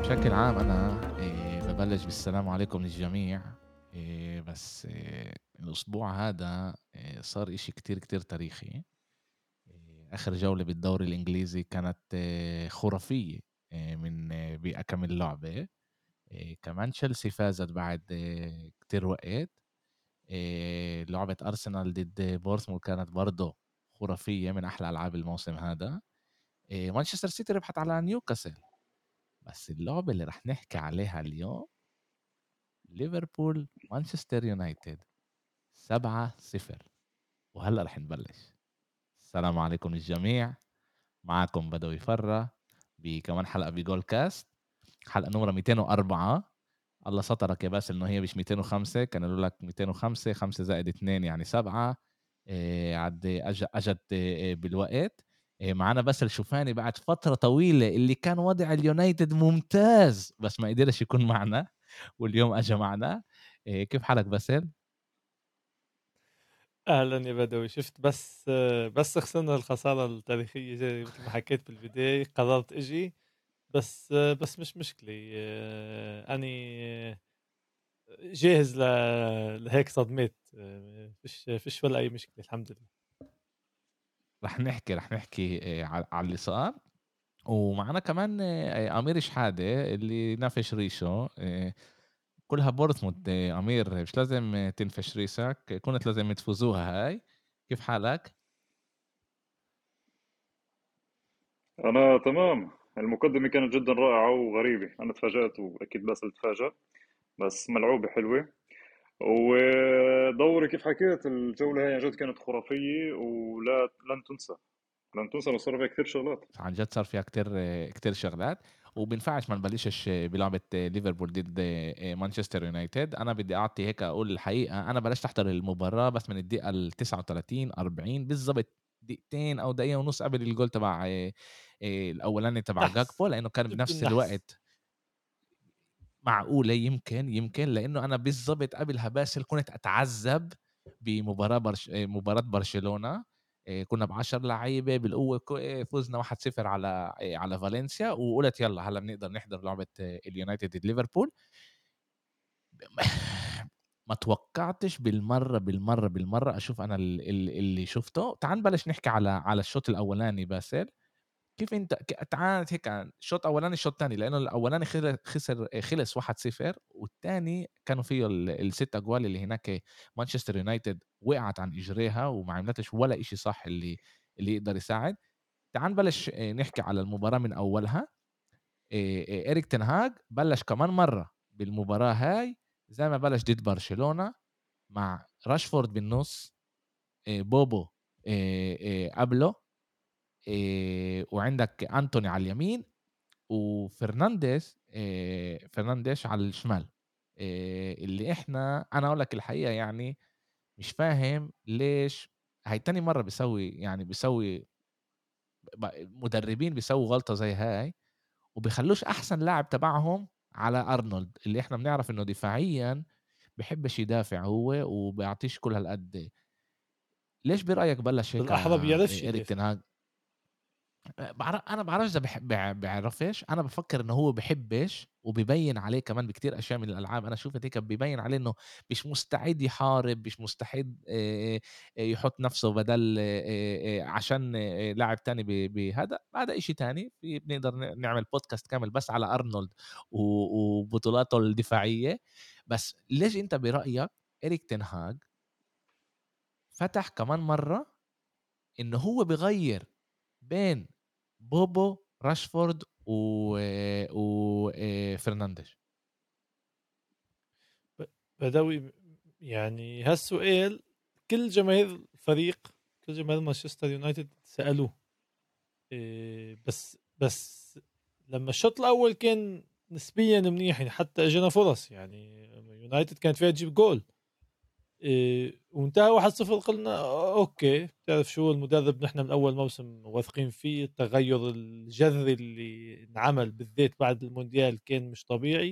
بشكل عام أنا ببلش بالسلام عليكم للجميع. بس الأسبوع هذا صار إشي كتير كتير تاريخي. آخر جولة بالدوري الإنجليزي كانت خرافية من بكم اللعبة. كمان تشيلسي فازت بعد كتير وقت. لعبة أرسنال ضد بورسموث كانت برضه خرافية من أحلى ألعاب الموسم هذا. مانشستر سيتي ربحت على نيوكاسل. بس اللعبة اللي رح نحكي عليها اليوم ليفربول مانشستر يونايتد 7-0. وهلأ رح نبلش. السلام عليكم الجميع، معكم بدوي فرة بكمان حلقة بجول كاست، حلقة نمرة 204. الله سطرك يا باسل انه هي مش 205، كان يقول لك 205 5 زائد 2 يعني 7. عد اجت بالوقت. معنا باسل شوفاني بعد فترة طويلة اللي كان وضع اليونايتد ممتاز بس ما قدرش يكون معنا، واليوم اجى معنا. كيف حالك باسل؟ اهلا يا بدوي. شفت بس خسرنا الخساره التاريخيه زي مثل ما حكيت بالبدايه، قررت اجي. بس مش مشكله. اني جاهز لهيك صدمات. فيش ولا اي مشكله، الحمد لله. رح نحكي على اللي صار. ومعنا كمان أمير شحادة اللي نفش ريشه. كلها بورتموث. أمير مش لازم تنفش ريسك، كنت لازم تفوزوها هاي. كيف حالك؟ أنا تمام. المقدمة كانت جدا رائعة وغريبة، أنا تفاجأت وأكيد باسل تفاجأ، بس ملعوبة حلوة. ودوري كيف حكيت، الجولة هاي عن جد كانت خرافية ولا لن تنسى، لن تنسى، لو صار فيها كثير شغلات. عن جد صار فيها كتير كتير شغلات. وبنفعش ما نبلشش بلعبة ليفربول ضد مانشستر يونايتد. أنا بدي أعطي هيك أقول الحقيقة، أنا بلشت أحضر المباراة بس من الدقيقة 39 40 بالضبط، دقيقتين أو دقيقة ونص قبل الجول تبع الأولاني تبع نحس جاكبو، لأنه كان جبت بنفس النحس. الوقت. معقولة يمكن لأنه أنا بالضبط قبلها باسل كنت أتعذب بمباراة مباراة برشلونة. كنا ب10 لعيبة بالقوة، فزنا 1-0 على فالنسيا، وقلت يلا هلا بنقدر نحضر لعبة اليونايتد ضد ليفربول. ما توقعتش بالمرة أشوف أنا اللي شفته. تعال نبلش نحكي على الشوط الأولاني باسل. كيف انت تعال هيك الشوط الاولاني الشوط الثاني، لانه الاولاني خلص 1-0، والثاني كانوا فيه الست اجوال اللي هناك. مانشستر يونايتد وقعت عن اجريها وما عملتش ولا إشي صح اللي يقدر يساعد. تعال نبلش نحكي على المباراة من اولها. إيريك تنهاج بلش كمان مرة بالمباراة هاي زي ما بلش ضد برشلونة، مع راشفورد بالنص، بوبو قبله، وعندك أنتوني على اليمين، وفرنانديز فرنانديش على الشمال. اللي أنا أقول لك الحقيقة يعني مش فاهم ليش هاي تاني مرة بيسوي مدربين بيسووا غلطة زي هاي، وبيخلوش أحسن لاعب تبعهم على أرنولد اللي إحنا بنعرف إنه دفاعيا بحبش يدافع هو وبيعطيش كل هالقد. ليش برأيك بلش هيك بالاحرى بيعرفش إيريك يدافع. تنهاج؟ انا بعرفش اذا بيعرفش. انا بفكر انه هو بحبش، وبيبين عليه كمان بكتير اشياء من الالعاب. انا شفت هيك بيبين عليه انه مش مستعد يحارب، مش مستعد يحط نفسه بدل عشان لاعب تاني بهذا. هذا اشي تاني بنقدر نعمل بودكاست كامل بس على ارنولد وبطولاته الدفاعية. بس ليش انت برأيك إريك تنهاج فتح كمان مرة انه هو بغير بين بوبو، راشفورد وفرنانديز؟ ب- بدوي، يعني هالسؤال كل جماهير الفريق، كل جماهير مانشستر يونايتد سألوه. بس لما الشوط الاول كان نسبيا منيح، يعني حتى اجينا فرص، يعني يونايتد كانت فيها تجيب جول. وانتهى 1-0. قلنا اوكي، بتعرف شو المدرب، نحن من اول موسم واثقين فيه. التغير الجذري اللي انعمل بالذات بعد المونديال كان مش طبيعي.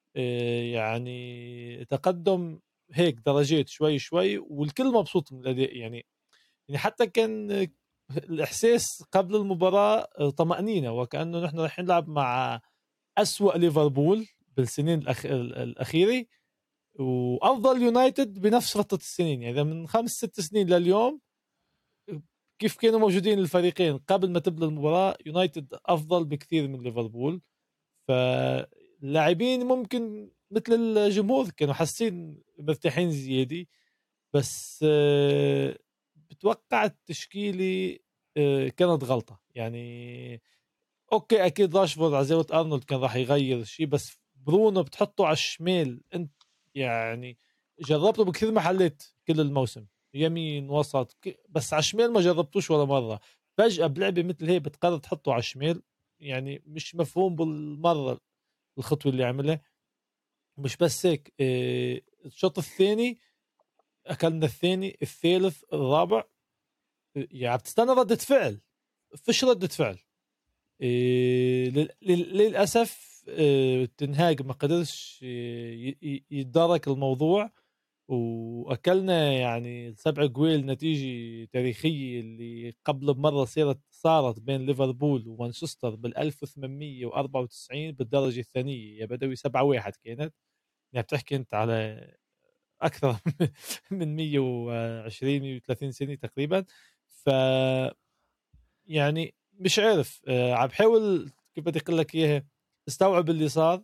يعني تقدم هيك درجات شوي شوي، والكل مبسوط من الاداء. يعني حتى كان الإحساس قبل المباراة طمأنينة، وكأنه نحن رايحين نلعب مع أسوأ ليفربول بالسنين الأخيرة وأفضل يونايتد بنفس فترة السنين. يعني من 5-6 سنين لليوم كيف كانوا موجودين الفريقين قبل ما تبدأ المباراة، يونايتد أفضل بكثير من ليفربول. فاللاعبين ممكن مثل الجمهور كانوا حاسين مرتاحين زيادة، بس بتوقع التشكيلة كانت غلطة. يعني اوكي اكيد راشفورد على زاوية ارنولد كان راح يغير شيء، بس برونو بتحطه على الشمال انت. يعني جربته بكثير محلات كل الموسم، يمين وسط بس على الشمال ما جربتوش ولا مرة. فجأة بلعبة مثل هي بتقرر تحطه على الشمال، يعني مش مفهوم بالمرة الخطوة اللي عملها. مش بس هيك، الشوط الثاني اكلنا الثاني الثالث الرابع، يعني بتستنى ردة فعل، فيش ردة فعل. للأسف تنهاج ما قدرش يتدارك الموضوع، وأكلنا يعني 7 جويل، نتيجة تاريخية اللي قبل بمرة صارت بين ليفربول ومانشستر بال1894 بالدرجة الثانية يا بدوي. 7-1 كانت. يعني بتحكي أنت على أكثر من 120-130 سنة تقريبا. ف يعني مش عارف، عم بحاول كيف بدي اقول لك اياها استوعب اللي صار.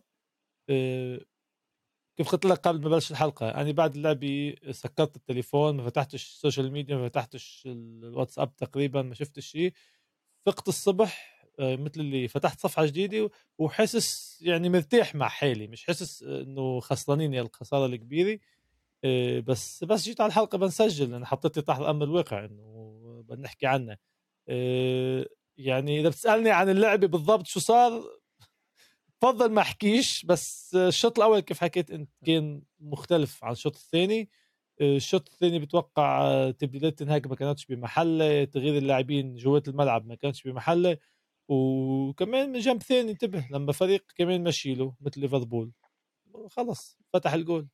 كيف قلت لك قبل ما بلش الحلقه، انا بعد اللعبه سكرت التليفون، ما فتحتش السوشيال ميديا، ما فتحتش الواتساب تقريبا، ما شفت شيء. فقت الصبح مثل اللي فتحت صفحه جديده وحاسس يعني مرتاح مع حالي، مش حاسس انه خسرانين يا الخساره الكبيره. بس جيت على الحلقه بنسجل، انا حطيتي تحت امر الواقع انه بدنا نحكي عنه. يعني اذا بتسالني عن اللعبه بالضبط شو صار، بفضل ما احكيش. بس الشوط الاول كيف حكيت انت كان مختلف عن الشوط الثاني. الشوط الثاني بتوقع تبديلات تنهاج ما كانتش بمحله، تغيير اللاعبين جوات الملعب ما كانش بمحله. وكمان من جنب ثاني انتبه لما فريق كمان مشيله مثل ليفربول خلص فتح الجول.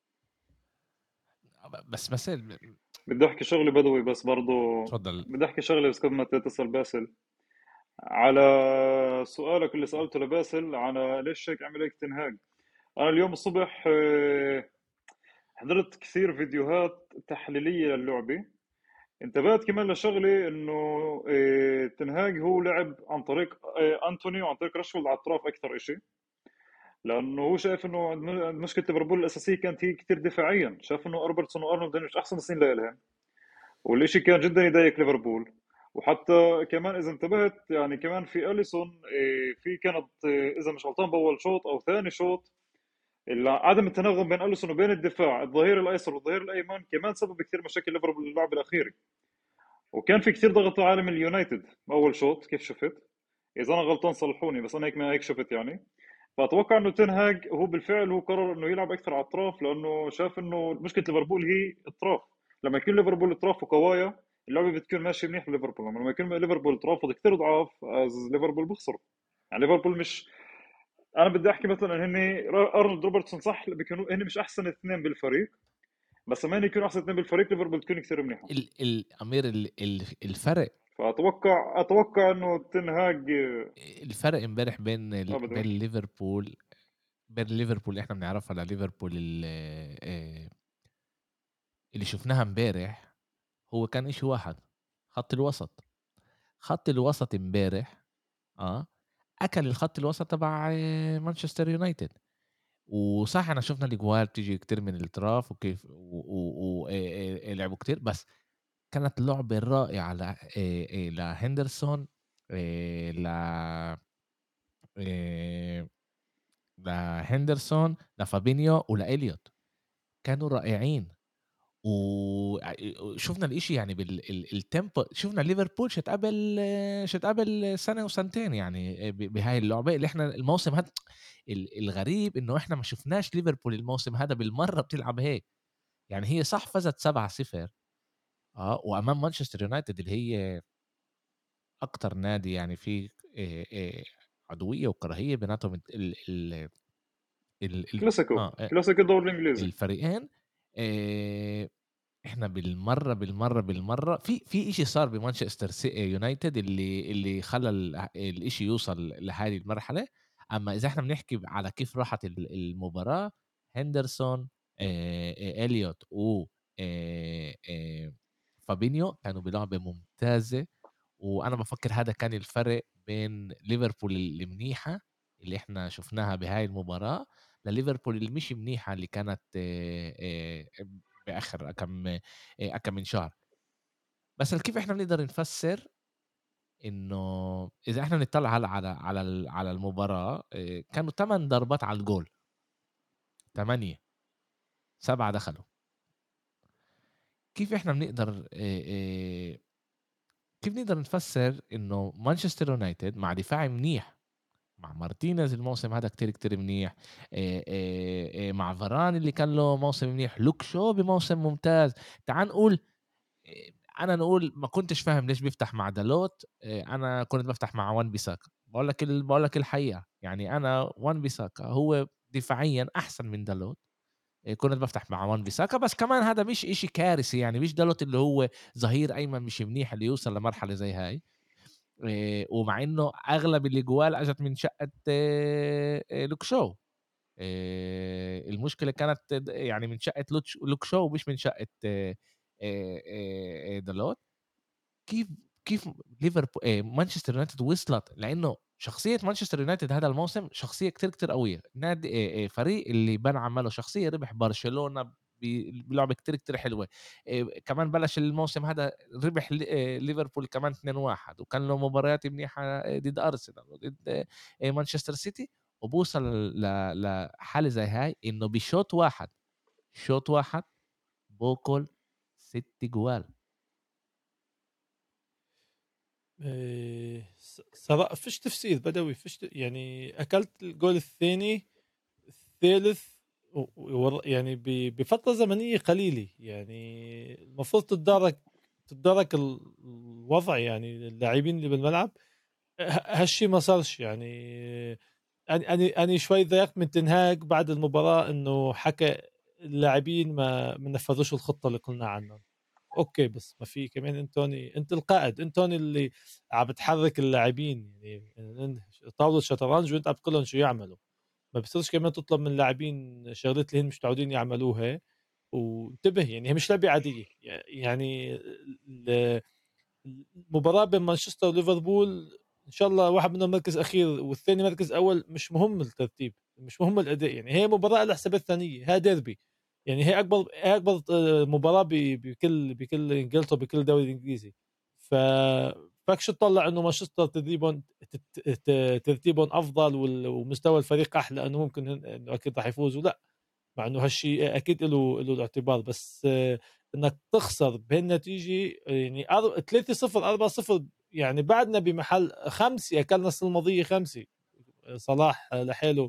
بس بدي احكي شغله بدوي بس برضو. اتفضل. بدي احكي شغله بس قبل ما تتصل باسل على سؤالك اللي سألته لباسل على ليش هيك عمل هيك تنهاج. انا اليوم الصبح حضرت كثير فيديوهات تحليلية للعبة. انتبهت كمان لشغلة انه تنهاج هو لعب عن طريق انتوني وعن طريق راشفورد على الاطراف اكثر اشي، لانه هو شايف انه مشكلة ليفربول الاساسية كانت هي كثير دفاعيا. شاف انه روبرتسون وارنولد مش احسن سنين لهم، والاشي كان جدا يضايق ليفربول. وحتى كمان اذا انتبهت يعني كمان في اليسون في كانت اذا مش غلطان باول شوط او ثاني شوط عدم التناغم بين اليسون وبين الدفاع الظهير الايسر والظهير الايمن كمان سبب كثير مشاكل ليفربول اللعب الاخير. وكان في كثير ضغط عالي من اليونايتد باول شوط كيف شفت. اذا انا غلطان صلحوني بس انا هيك ما هيك شفت يعني. فاتوقع انه تنهاج هو بالفعل هو قرر انه يلعب اكثر على الاطراف، لانه شاف انه مشكله ليفربول هي اطراف. لما يكون ليفربول اطراف وقوايا اللعبه بتكون ماشيه منيح بليفربول. لما يكون ليفربول اطرافه كثير ضعاف ليفربول بيخسروا. يعني ليفربول مش، انا بدي احكي مثلا هن ارنولد روبرتسون صح بيكونوا هن مش احسن اثنين بالفريق، بس لما يكونوا احسن اثنين بالفريق ليفربول تكون كثير منيحه. امير الفرق، فاتوقع انه تنهاج الفرق امبارح بين ابدا. بين ليفربول، بين ليفربول اللي احنا بنعرفها لليفربول اللي شفناها امبارح، هو كان إشي واحد: خط الوسط. خط الوسط امبارح اكل الخط الوسط تبع مانشستر يونايتد. وصح احنا شفنا الاجوال بتيجي كتير من الاطراف وكيف لعبوا كتير، بس كانت لعبة رائعة لهندرسون، ل لهندرسون، لفابينيو ولإليوت. كانوا رائعين. وشفنا الإشي يعني التيمبو. شفنا ليفربول شتقابل سنة وسنتين يعني بهاي اللعبة اللي احنا الموسم هذا. الغريب انه احنا ما شفناش ليفربول الموسم هذا بالمرة بتلعب هيك. يعني هي صح فازت 7-0 وامام مانشستر يونايتد اللي هي اكتر نادي يعني في عدوية وكراهية بيناتهم كلاسيكو اه كلاسيكو الدوري الانجليزي. الفريقين. احنا بالمره في شيء صار بمانشستر يونايتد اللي خلى الاشي يوصل لهذه المرحله. أمّا إذا إحنا بنحكي على كيف راحت المباراة، هندرسون إليوت فابينيو كانوا بلعبة ممتازة، وأنا بافكّر هذا كان الفرق بين ليفربول المنيحة اللي إحنا شُفناها بهاي المباراة، لليفربول اللي مش منيحة اللي كانت بآخر كم من شهر. بس كيف إحنا بنقدر نفسّر إنه إذا إحنا بنطلع هلأ على المباراة كانوا 8 ضربات على الجول، 8، 7 دخلوا. كيف إحنا بنقدر كيف نقدر نفسّر إنه مانشستر يونايتد مع دفاع منيح، مع مارتينيز الموسم هذا كتير منيح، مع فاران اللي كان له موسم منيح، لوك شو بموسم ممتاز. تعال نقول أنا نقول ما كنتش فاهم ليش بيفتح مع دالوت، أنا كنت بافتح مع وان بيساكا. باقول لك الحقيقة، يعني أنا وان بيساكا هو دفاعيًا أحسن من دالوت، كنت بافتح مع وان بيساكا، بس كمان هذا مش إشي كارثي، يعني مش دالوت اللي هو ظهير أيمن مش منيح اللي يوصل لمرحلة زي هاي. ومع إنه أغلب الأجوال أجت من شقة لوك شو. المشكلة كانت يعني من شقة لوك شو مش من شقة دالوت. كيف كيف مانشستر يونايتد وصلت، لانه شخصيه مانشستر يونايتد هذا الموسم شخصيه كتير قويه، نادي فريق اللي بنى عمله شخصيه، ربح برشلونه بلعبه كتير حلوه. كمان بلش الموسم هذا ربح ليفربول كمان 2-1، وكان له مباريات منيحه ضد ارسنال وضد مانشستر سيتي، وبوصل لحاله زي هاي انه شوط واحد بوكل 6 جوال. فيش تفسير بدوي، يعني اكلت الجول الثاني الثالث يعني بفتره زمنيه قليله، يعني المفروض تتدارك الوضع، يعني اللاعبين اللي بالملعب هالشي ما صارش. يعني أنا شوي ضايقت من تنهاج بعد المباراة إنه حكى اللاعبين ما نفذوش الخطة اللي قلنا عنها. اوكي، بس ما في كمان انتوني، انت القائد، انتوني اللي عم بتحرك اللاعبين، يعني طاولة شطرنج وانت عم تقول لهم شو يعملوا. ما بصيرش كمان تطلب من اللاعبين شغلات اللي هن مش متعودين يعملوها. وانتبه، يعني هي مش لعبة عادية. يعني المباراة بين مانشستر وليفربول ان شاء الله واحد منهم مركز اخير والثاني مركز اول، مش مهم الترتيب، مش مهم الاداء. يعني هي مباراة على حساب الثانية، هي ديربي. يعني هي اكبر مباراة بكل انجلترا، بكل دوري انجليزي. ف فاكش تطلع انه مانشستر ترتيبهم افضل ومستوى الفريق احلى، انه ممكن انه اكيد راح يفوزوا. لا، مع انه هالشيء اكيد له الاعتبار، بس انك تخسر بهالنتيجه، يعني 3-0 4-0، يعني بعدنا بمحل 5، اكلنا السنه الماضيه 5. صلاح لحاله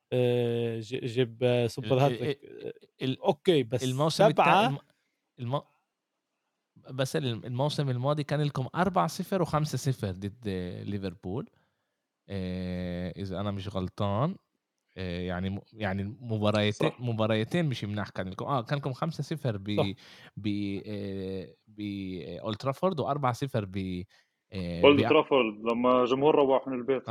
جاب سوبر ال هاتريك. ال ال اوكي، بس الموسم 7. الم بس الموسم الماضي كان لكم 4-0 و5-0 ضد ليفربول، إذا أنا مش غلطان. يعني يعني صح. مباريتين مش مناح كان لكم، كان لكم 5-0 صح. ب بأولد ترافورد، و4-0 اولد ب ترافورد لما جمهور روح من البيت.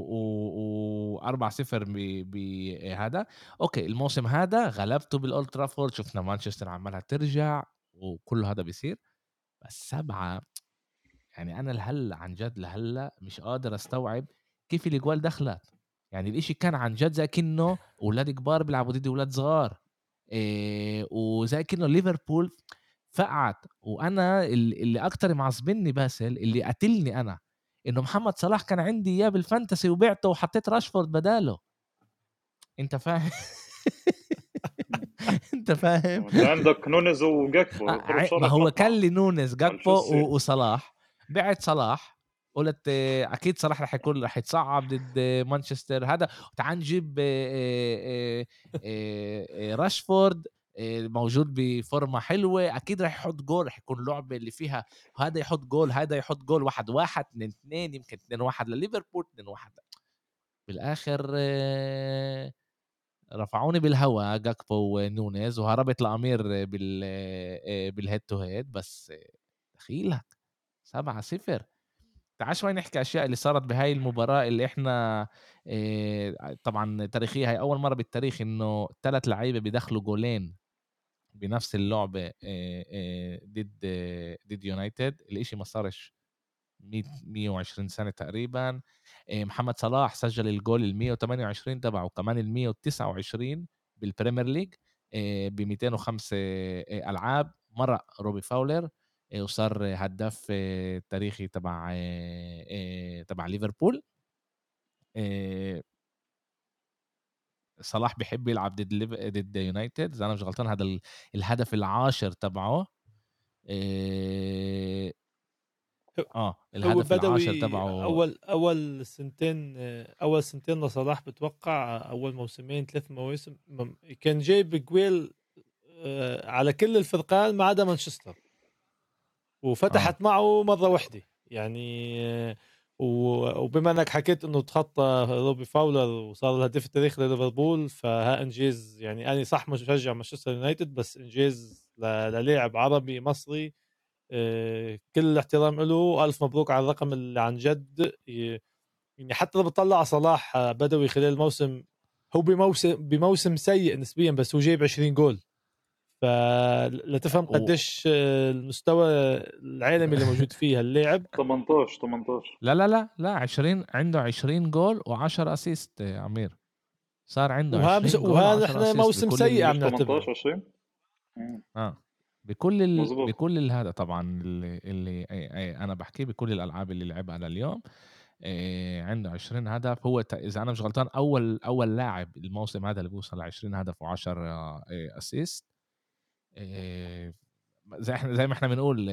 و4-0 بهذا. اوكي، الموسم هذا غلبته بالاولد ترافورد، شفنا مانشستر عمالها ترجع وكل هذا بيصير، بس 7. يعني انا لهلا عن جد لهلا مش قادر استوعب كيف الاجوال دخلت. يعني الاشي كان عن جد زي كأنه اولاد كبار بيلعبوا ضد اولاد صغار، وزي كأنه ليفربول فقعت. وانا اللي اكتر معصبني باسل، اللي قتلني انا، انه محمد صلاح كان عندي اياه بالفانتسي وبعته وحطيت راشفورد بداله. انت فاهم؟ انت فاهم؟ انت عندك نونيز وجاكبو ضرب ما شرف هو كان مطعم لي نونز على جاكبو الجثه. وصلاح. بعت صلاح، قلت اكيد صلاح رح يتصعب ضد مانشستر هذا، تعال نجيب راشفورد، موجود بفورمه حلوه، اكيد رح يحط جول، رح يكون لعبه اللي فيها هذا يحط جول هذا يحط جول، 1-1 2-2 يمكن 2-1 لليفربول 2-1. بالاخر رفعوني بالهوا جاكبو ونونيز، وهربت لأمير بالهيد تو هيد. بس دخيلك 7-0. تعال شوي نحكي أشياء اللي صارت بهاي المباراة اللي إحنا طبعًا تاريخية، هاي أول مرّة بالتاريخ إنه 3 لعيبة بيدخلوا جولين بنفس اللعبة ضد يونايتد، الإشي ما صارش 120 سنة تقريبًا. محمد صلاح سجّل الجول ال128 تبعه وكمان ال129 بالPremier League ب205 ألعاب. مرّق روبي فاولر وصار هداف تاريخي تبع ليفربول. آآ صلاح بيحب يلعب ضد يونايتد إذا أنا مش غلطان، هذا الهدف العاشر تبعه. آآ هو الهدف العاشر بدوي تبعه. اول سنتين لصلاح بتوقع اول موسمين 3 مواسم كان جايب جويل على كل الفرقان ما عدا مانشستر، وفتحت معه مرة واحدة يعني. وبما انك حكيت انه تخطى روبي فاولر وصار الهداف التاريخي لليفربول، فها انجاز يعني. انا صح مشجع مانشستر يونايتد، بس انجاز للاعب عربي مصري. كل الاحترام له، الف مبروك على الرقم اللي عن جد. يعني حتى لو بتطلع على صلاح بدوي خلال الموسم، هو بموسم سيء نسبيا، بس هو جايب 20 جول. فلتفهم و قديش المستوى العالمي اللي موجود فيه اللاعب. 18 لا، لا، لا، لا، 20 عنده 20 جول و10 أسيست يا عمير. صار عنده 20 جول وهذا و10 احنا أسيست موسم سيء مش عم نعتبره. 18 20. إمم، مضبوط. هذا طبعًا اللي أنا باحكيه بكل الألعاب اللي لعبها لليوم. عنده 20 هدف. هو إذا أنا مش غلطان أول لاعب الموسم هذا اللي بيوصل ل20 هدف و10 أسيست. آآ زي ما إحنا بنقول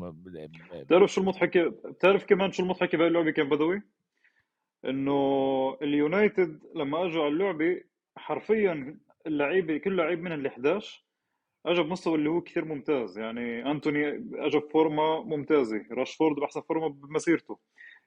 بتعرف كمان شو المضحك بهاي اللعبة كان بدوي؟ إنه اليونايتد لمّا أجوا على اللعبة حرفيًا اللعيبة كل لعيب من ال11 أجا بمستوى اللي هو كثير ممتاز. يعني أنتوني أجا بفورمة ممتازة، راشفورد بأحسن فورمة بمسيرته.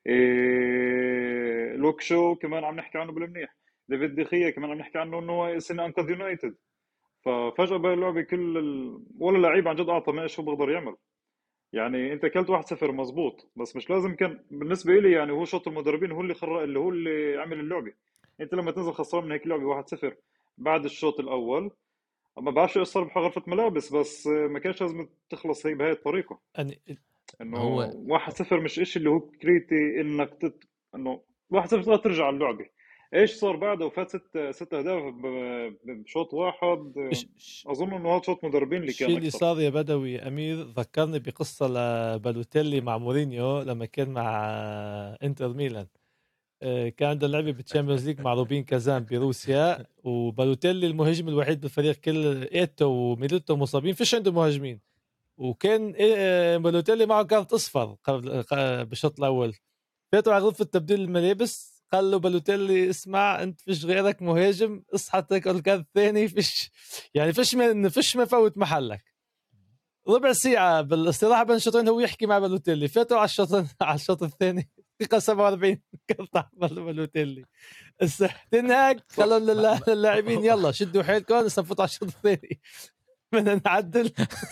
لوك شو كمان عم نحكي عنه بالمنيح. ديفيد دخيا كمان عم نحكي عنه انه هو سنة انقذ يونايتد. ففجأة بهاي اللعبة ولا لعيب عن جد اعطى ما شو بقدر يعمل. يعني انت اكلت 1-0 مزبوط، بس مش لازم كان بالنسبة لي. يعني هو شوط المدربين هو اللي عمل اللعبة. انت لما تنزل خسران من هيك لعبة 1-0 بعد الشوط الاول، ما بعرفش ايش صار بغرفة ملابس، بس ما كانش لازم تخلص هي بهاي الطريقة. يعني انه هو 1-0 مش اشي اللي هو كريتي انك انه 1-0 تقدر ترجع على اللعبة. ايش صار بعده؟ وفات ست اهداف بشوط واحد. اظن انه هذا شوط مدربين اللي كان الشيء اللي اكثر. صار يا بدوي امير ذكرني بقصه لبالوتيلي مع مورينيو لما كان مع انتر ميلان. كان عنده لعبه بالتشامبيونز ليج مع روبين كازان بروسيا، وبالوتيلي المهاجم الوحيد بالفريق، كل ايتو وميليتو مصابين، فيش عنده مهاجمين. وكان بالوتيلي معه كارت اصفر قبل بالشوط الاول. فاتوا على غرفه تبديل الملابس، قال له بالوتيلي اسمع، انت فيش غيرك مهاجم، اصحى تاكل الكارت الثاني. فيش يعني فيش ما فوت محلك. ربع ساعة بالاستراحة بين الشوطين هو يحكي مع بالوتيلي. فاتوا على الشوط على الشوط الثاني دقيقة 47 كرت أحمر لبالوتيلي. هسه تنهاك ص... خلوا ما ما للاعبين يلا شدوا حيلكم، هسه نفوت على الشوط الثاني. بدنا نعدل.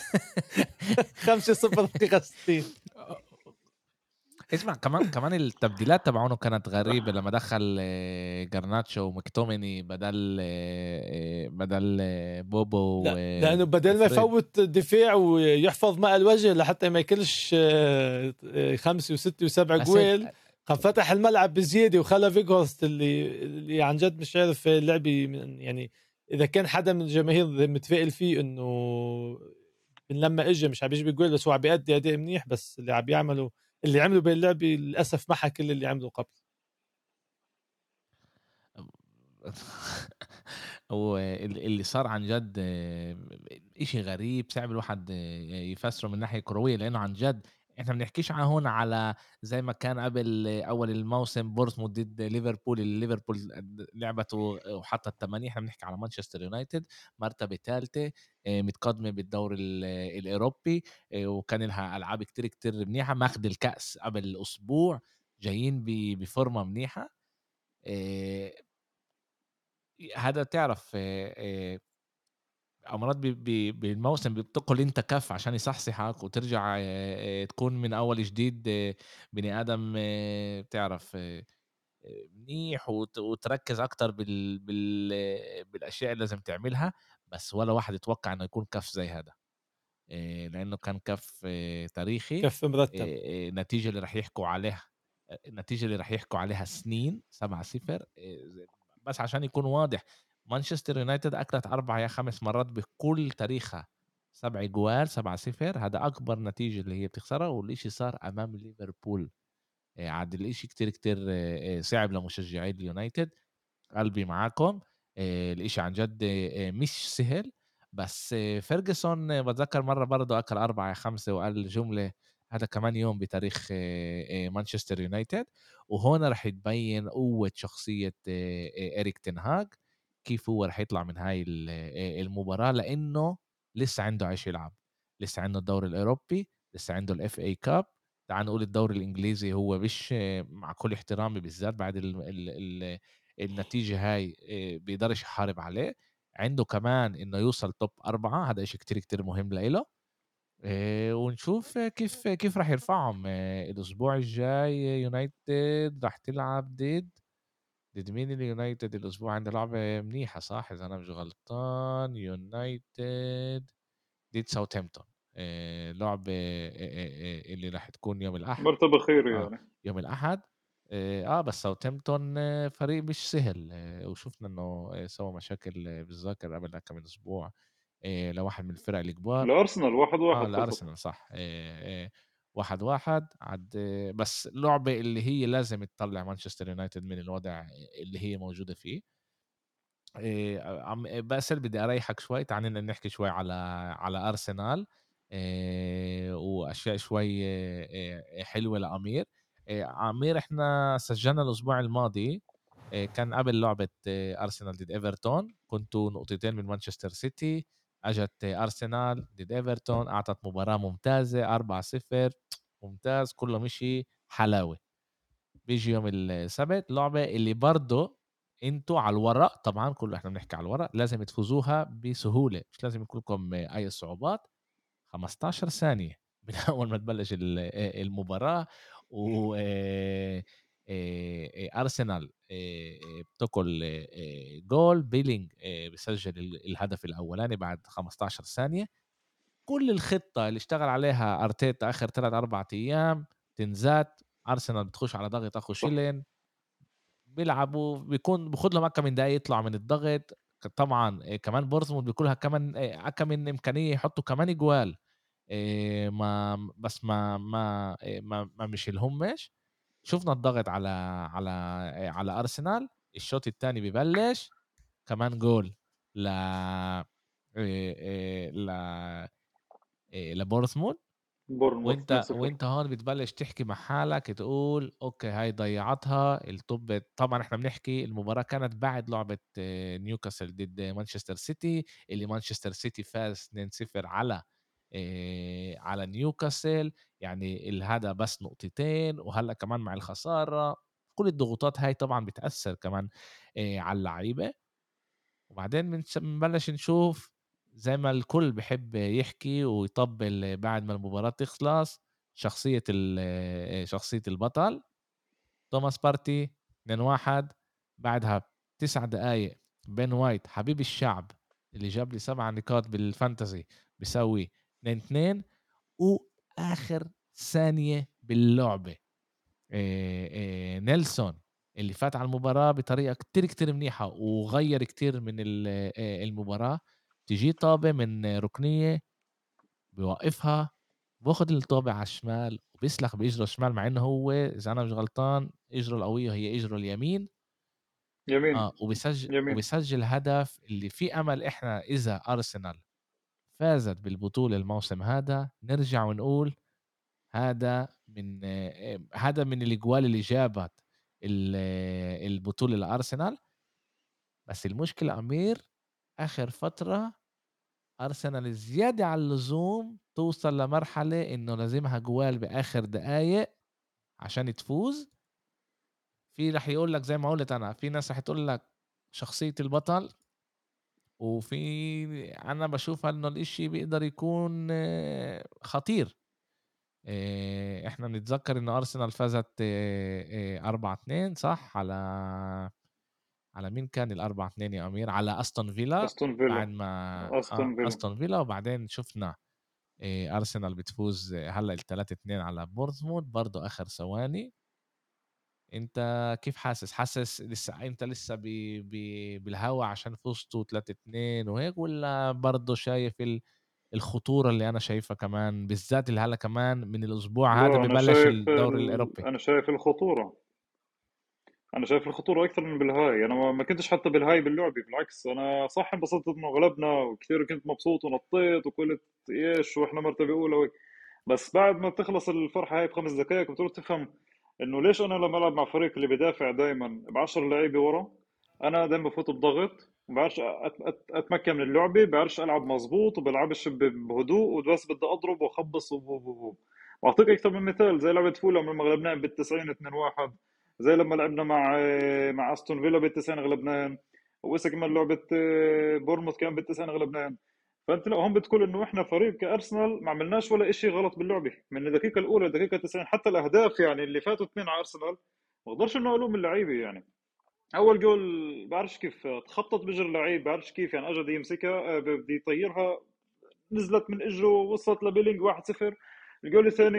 5-0 دقيقة 60. اسمع كمان التبديلات تبعونه كانت غريبة لما دخل جرناتشو ومكتوميني بدل بوبو لا، لانه بدل ما وفريد. يفوت الدفاع ويحفظ ماء الوجه لحتى ما ياكلش 5 و6 و7 بس هيك جويل، قام فتح الملعب بزياده وخلى فيغورست اللي عن جد مش عارف اللعبه يعني اذا كان حدا من الجماهير متفائل فيه انه من لما اجى مش عم يجيب جويل، بس هو عم بيأدي اداء منيح. بس اللي عم بيعمله اللي عمله باللعبه للاسف ما كل اللي عمله قبل. هو اللي صار عن جد إشي غريب صعب الواحد يفسره من ناحية كروية، لأنه عن جد إحنا بنحكيش عن هون على زي ما كان قبل أول الموسم بورسموث ضد ليفربول، اللي ليفربول لعبته وحطت 8. إحنا بنحكي على مانشستر يونايتد مرتبة ثالثة متقدمة بالدوري الأوروبي، وكان لها ألعاب كتير كتير منيحة، ماخد الكأس قبل أسبوع، جايين بفورمة منيحة. هذا تعرف مرات بالموسم بتقول أنت كَف عشان يصحصحك وترجع تكون من أول جديد بني آدم بتعرف منيح وتركّز أكتر بالأشياء اللي لازم تعملها، بس ولا واحد يتوقع إنه يكون كَف زي هذا. لإنه كان كَف تاريخي. كف مرتب. النتيجة اللي راح يحكوا عليها النتيجة اللي راح يحكوا عليها سنين 7-0. بس عشان يكون واضح، مانشستر يونايتد أكلت 4 يا 5 مرات بكل تاريخها 7 جوال 7-0. هذا أكبر نتيجة اللي هي بتخسرها، والإشي صار أمام ليفربول. عاد الإشي كتير صعب لمشجعي اليونايتد. قلبي معاكم. الإشي عن جد مش سهل. بس فيرجسون بتذكر مرة برضه أكل 4-5 وقال جملة: هذا كمان يوم بتاريخ مانشستر يونايتد. وهون رح تبين قوة شخصية إريك تنهاج، كيف هو رح يطلع من هاي المباراة، لأنه لسه عنده عيش يلعب. لسه عنده الدوري الأوروبي، لسه عنده الاف اي كاب. تعال نقول الدوري الإنجليزي هو مش مع كل احترامي بالذات بعد النتيجة هاي بيقدرش يحارب عليه. عنده كمان إنه يوصل توب 4، هذا إشي كتير مهم لإله. ونشوف كيف راح يرفعهم الأسبوع الجاي. يونايتد راح تلعب ضد مين؟ اليونايتد الأسبوع عنده لعبة منيحة صح إذا أنا مش غلطان. يونايتد ضد ساوثهامبتون. لعبة اللي راح تكون يوم الأحد. مرتبة خير آه، يعني. يوم الأحد. بس ساوثهامبتون فريق مش سهل. وشُفنا إنه سوى مشاكل بالذاكر قبل كام من أسبوع لواحد من الفرق الكبار. الأرسنال 1-1 خسر. لأرسنال صح. 1-1 عاد. بس لعبة اللي هي لازم تطلّع مانشستر يونايتد من الوضع اللي هي موجودة فيه. باسل بدي أريحك شوي، تعال نحكي شوي على أرسنال وأشياء شوي حلوة لأمير. عمير إحنا سجلنا الأسبوع الماضي كان قبل لعبة أرسنال ضد إيفرتون، كنتوا نقطتين من مانشستر سيتي. أجت أرسنال ضد إيفرتون، أعطت مباراة ممتازة 4-0. ممتاز، كله مشي حلاوة. بيجي يوم السبت لعبة اللي برضه انتوا على الورق، طبعا كله احنا بنحكي على الورق لازم تفوزوها بسهولة، مش لازم يكون لكم اي صعوبات. 15 ثانية من اول ما تبلش المباراة. و ارسنال بتاكل جول بيلينج بسجل الهدف الاولاني بعد 15 ثانية. كل الخطة اللي اشتغل عليها ارتيتا اخر 3-4 ايام تنزات. ارسنال بتخش على ضغط اخو صح. شيلين، بيلعبوا بيكون بياخد لهم كم من دقيقة يطلعوا من الضغط. طبعا كمان بورتموند بيكون لها كمان كم من إمكانية يحطوا كمان جوال. ما بس ما مش الهمش. شفنا الضغط على أرسنال. الشوط الثاني ببلش كمان جول ل ل لبورتموند. بورنموث وانت 2-0. هون بتبلش تحكي مع حالك تقول اوكي هاي ضيعتها الطب. طبعا احنا بنحكي المباراة كانت بعد لعبة نيوكاسل ضد مانشستر سيتي، اللي مانشستر سيتي فاز 2-0 على نيوكاسل. يعني الهذا بس نقطتين، وهلا كمان مع الخسارة كل الضغوطات هاي طبعا بتأثر كمان على اللعيبة. وبعدين بنبلش نشوف زي ما الكل بحب يحكي ويطبل بعد ما المباراة تخلص. شخصية البطل توماس بارتي 2-1. بعدها 9 دقايق بين وايت حبيب الشعب اللي جاب لي 7 نقاط بالفانتزي بيسوي 2-2. وآخر ثانية باللعبة نيلسون اللي فات على المباراة بطريقة كتير منيحة وغير كتير من المباراة. تجي طابة من ركنية بيوقفها، باخد الطابة على الشمال وبيسلخ بإجره الشمال، مع إنه هو إذا أنا مش غلطان إجره القوية هي إجره اليمين. يمين. يمين. وبيسجل هدف اللي في أمل إحنا إذا أرسنال فازت بالبطولة الموسم هذا نرجع ونقول هذا من الأجوال اللي جابت البطولة لأرسنال. بس المشكلة أمير آخر فترة أرسنال زيادة على اللزوم توصل لمرحلة إنه لازمها جوال بآخر دقايق عشان تفوز. في رح يقول لك زي ما قلت أنا، في ناس رح تقول لك شخصية البطل، وفي أنا باشوف إنه الإشي بيقدر يكون خطير. إحنا بنتذكّر إنه أرسنال فازت 4-2 صح؟ على مين كان ال4-2 يا أمير؟ على أستون فيلا أستون فيلا. بعد ما أستون فيلا. أستون فيلا، وبعدين شُفنا أرسنال بتفوز هلأ ال3-2 على بورتموث برضه آخر ثواني. أنت كيف حاسس؟ حاسس لسه أنت لسه بالهوا عشان فزتوا 3-2 وهيك، والّا برضه شايف الخطورة اللي أنا شايفها كمان، بالذات اللي هلأ كمان من الأسبوع هذا لا، أنا ببلش شايف الدوري الأوروبي؟ أنا شايف الخطورة. أنا شايف الخطورة أكثر من بالهاي. أنا ما كنتش حتى بالهاي باللعبة، بالعكس أنا صح انبسطت إنه غلبنا وكثير كنت مبسوط ونطيت وقلت إيش وإحنا مرتبة أولى بس بعد ما تخلص الفرحة هاي بخمس دقائق بتروح تفهم إنه ليش أنا لما ألعب مع فريق اللي بدافع دائما ب10 لعيبة ورا، أنا دائما بفوت بضغط، ما بعرفش أتمكن من اللعبة، ما بعرفش ألعب مزبوط وبلعبش بهدوء وبس بدي أضرب وأخبص وأعطيك أكثر من مثال زي لعبة فولهام لما غلبناهم بال90 2-1، زي لما لعبنا مع أستون فيلا بال90 غلبناهم، وإسا كمان لعبة بورموث كان بال90 غلبناهم. فانت لا، هون بتقول انه احنا فريق كارسنال ما عملناش ولا شيء غلط باللعبه من الدقيقه الاولى للدقيقه 90، حتى الاهداف يعني اللي فاتوا اثنين على ارسنال ما اقدرش انه الوم اللعيبه يعني. اول جول بعرفش كيف تخطط بجر اللعيب، بعرفش كيف يعني اجى بده يمسكها بده يطيرها، نزلت من اجره وصلت لبيلينج 1-0. الجول الثاني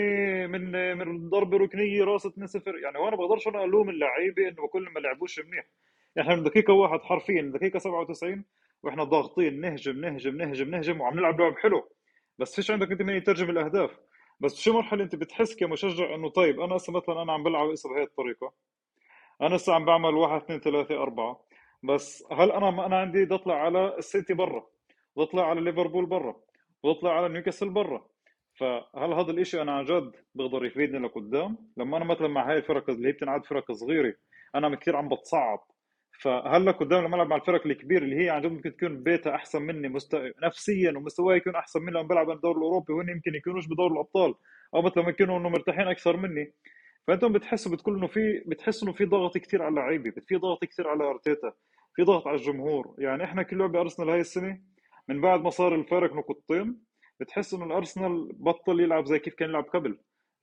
من ضربه ركنيه راس 2-0. يعني وانا بقدرش انا الوم اللعيبه انه كل ما لعبوش منيح. احنا من دقيقه واحد حرفيا دقيقه 97 واحنا ضاغطين نهجم نهجم نهجم نهجم وعم نلعب لعب حلو، بس فيش عندك انت من يترجم الاهداف. بس شو مرحله انت بتحس كمشجع انه طيب انا هسه مثلا انا عم بلعب هسه بهي الطريقه، انا هسه عم بعمل واحد اثنين ثلاثة أربعة، بس هل أنا عندي بدي أطلع على السيتي برا، بطلع على ليفربول برا، بطلع على نيوكاسل برا، فهل هذا الاشي أنا عن جد بقدر يفيدني لقدام لما أنا مثلا مع هاي الفرق اللي هي بتنعد فرق صغيرة أنا كثير عم بتصعب؟ فهل لقدام لما ألعب مع الفرق الكبيرة اللي هي عن جد ممكن تكون بيتها أحسن مني نفسيا ومستواي يكون أحسن مني لما بلعب الدوري الأوروبي وهن يمكن يكونوش بدور الأبطال، أو مثلا يكونوا إنه مرتاحين أكثر مني، فانتم بتحسوا بتقول انه بتحسوا انه في ضغط كثير على اللعيبه، في ضغط كثير على ارتيتا، في ضغط على الجمهور. يعني احنا كل لعبه ارسنال هاي السنه من بعد ما صار الفارق نقطتين بتحس انه الارسنال بطل يلعب زي كيف كان يلعب قبل.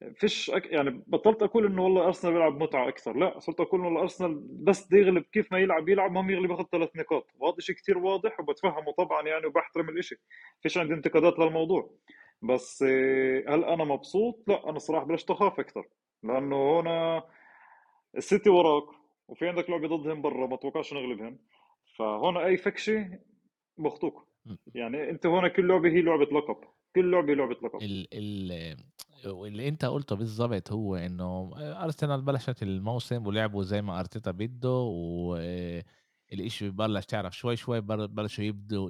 يعني بطلت اقول انه والله ارسنال بيلعب متعه اكثر، لا صرت اقول انه الارسنال بس بده يغلب، كيف ما يلعب المهم يغلب ياخذ 3 نقاط، وهذا شيء كثير واضح وبتفهمه طبعا يعني وبحترم الاشي، فيش عندي انتقادات للموضوع. بس هل انا مبسوط؟ لا، انا صراحه بلشت اخاف اكثر، لانه هنا السيتي وراك وفي عندك لعبه ضدهم برا ما توقعش نغلبهم، فهون اي فكشه بخطوك. يعني انت هون كل لعبه هي لعبه لقب، كل لعبه لعبه لقب. ال ال واللي أنت قُلته بالضبط هو إنه أرسنال بلشت الموسم ولعبوا زي ما أرتيتا بده، الإشي بلش تعرف شوي، شوي بلشوا يبدوا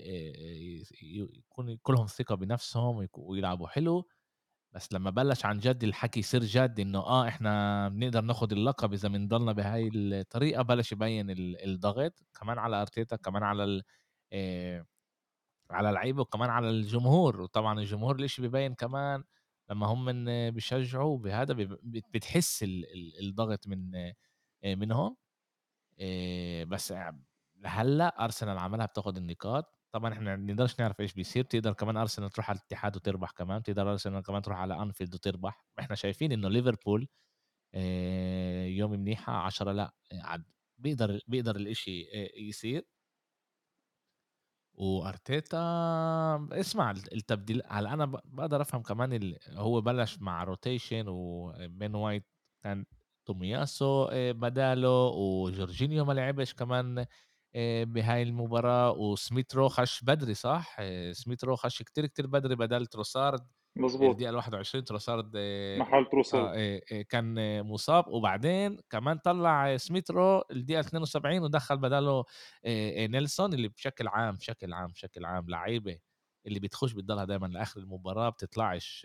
يكون كلهم ثقة بنفسهم ويلعبوا حلو. بس لمّا بلش عن جد الحكي يصير جد إنه إحنا بنقدر ناخد اللقب إذا بنضلنا بهاي الطريقة، بلش يبين الضغط كمان على أرتيتا، كمان على آآ على اللعيبة وكمان على الجمهور. وطبعًا الجمهور الإشي بيبين كمان لمّا هم بيشجعوا بهذا بتحس الضغط منهم. بس لهلّأ أرسنال عمالها بتاخد النقاط. طبعًا إحنا ما بنقدرش نعرف إيش بيصير، بتقدر كمان أرسنال تروح على الاتحاد وتربح كمان، بتقدر أرسنال كمان تروح على أنفيلد وتربح. إحنا شايفين إنه ليفربول يوم منيحة 10 لأ عاد بيقدر الإشي يصير. وأرتيتا اسمع التبديل هلأ أنا باقدر أفهم كمان هو بلش مع روتيشن وبين وايت كان تومياسو بداله، وجورجينيو ما لعبش كمان بهاي المباراة، وسميث رو خش بدري صح؟ سميث رو خش كتير بدري بدال تروسارد مزبوط. الدقيقة ال21. تروسارد محل تروسل. كان مصاب، وبعدين كمان طلّع سميث رو الدقيقة 72 ودخّل بداله نيلسون اللي بشكل عام لعيبة اللي بتخش بتضلها دايمًا لآخر المباراة بتطلعش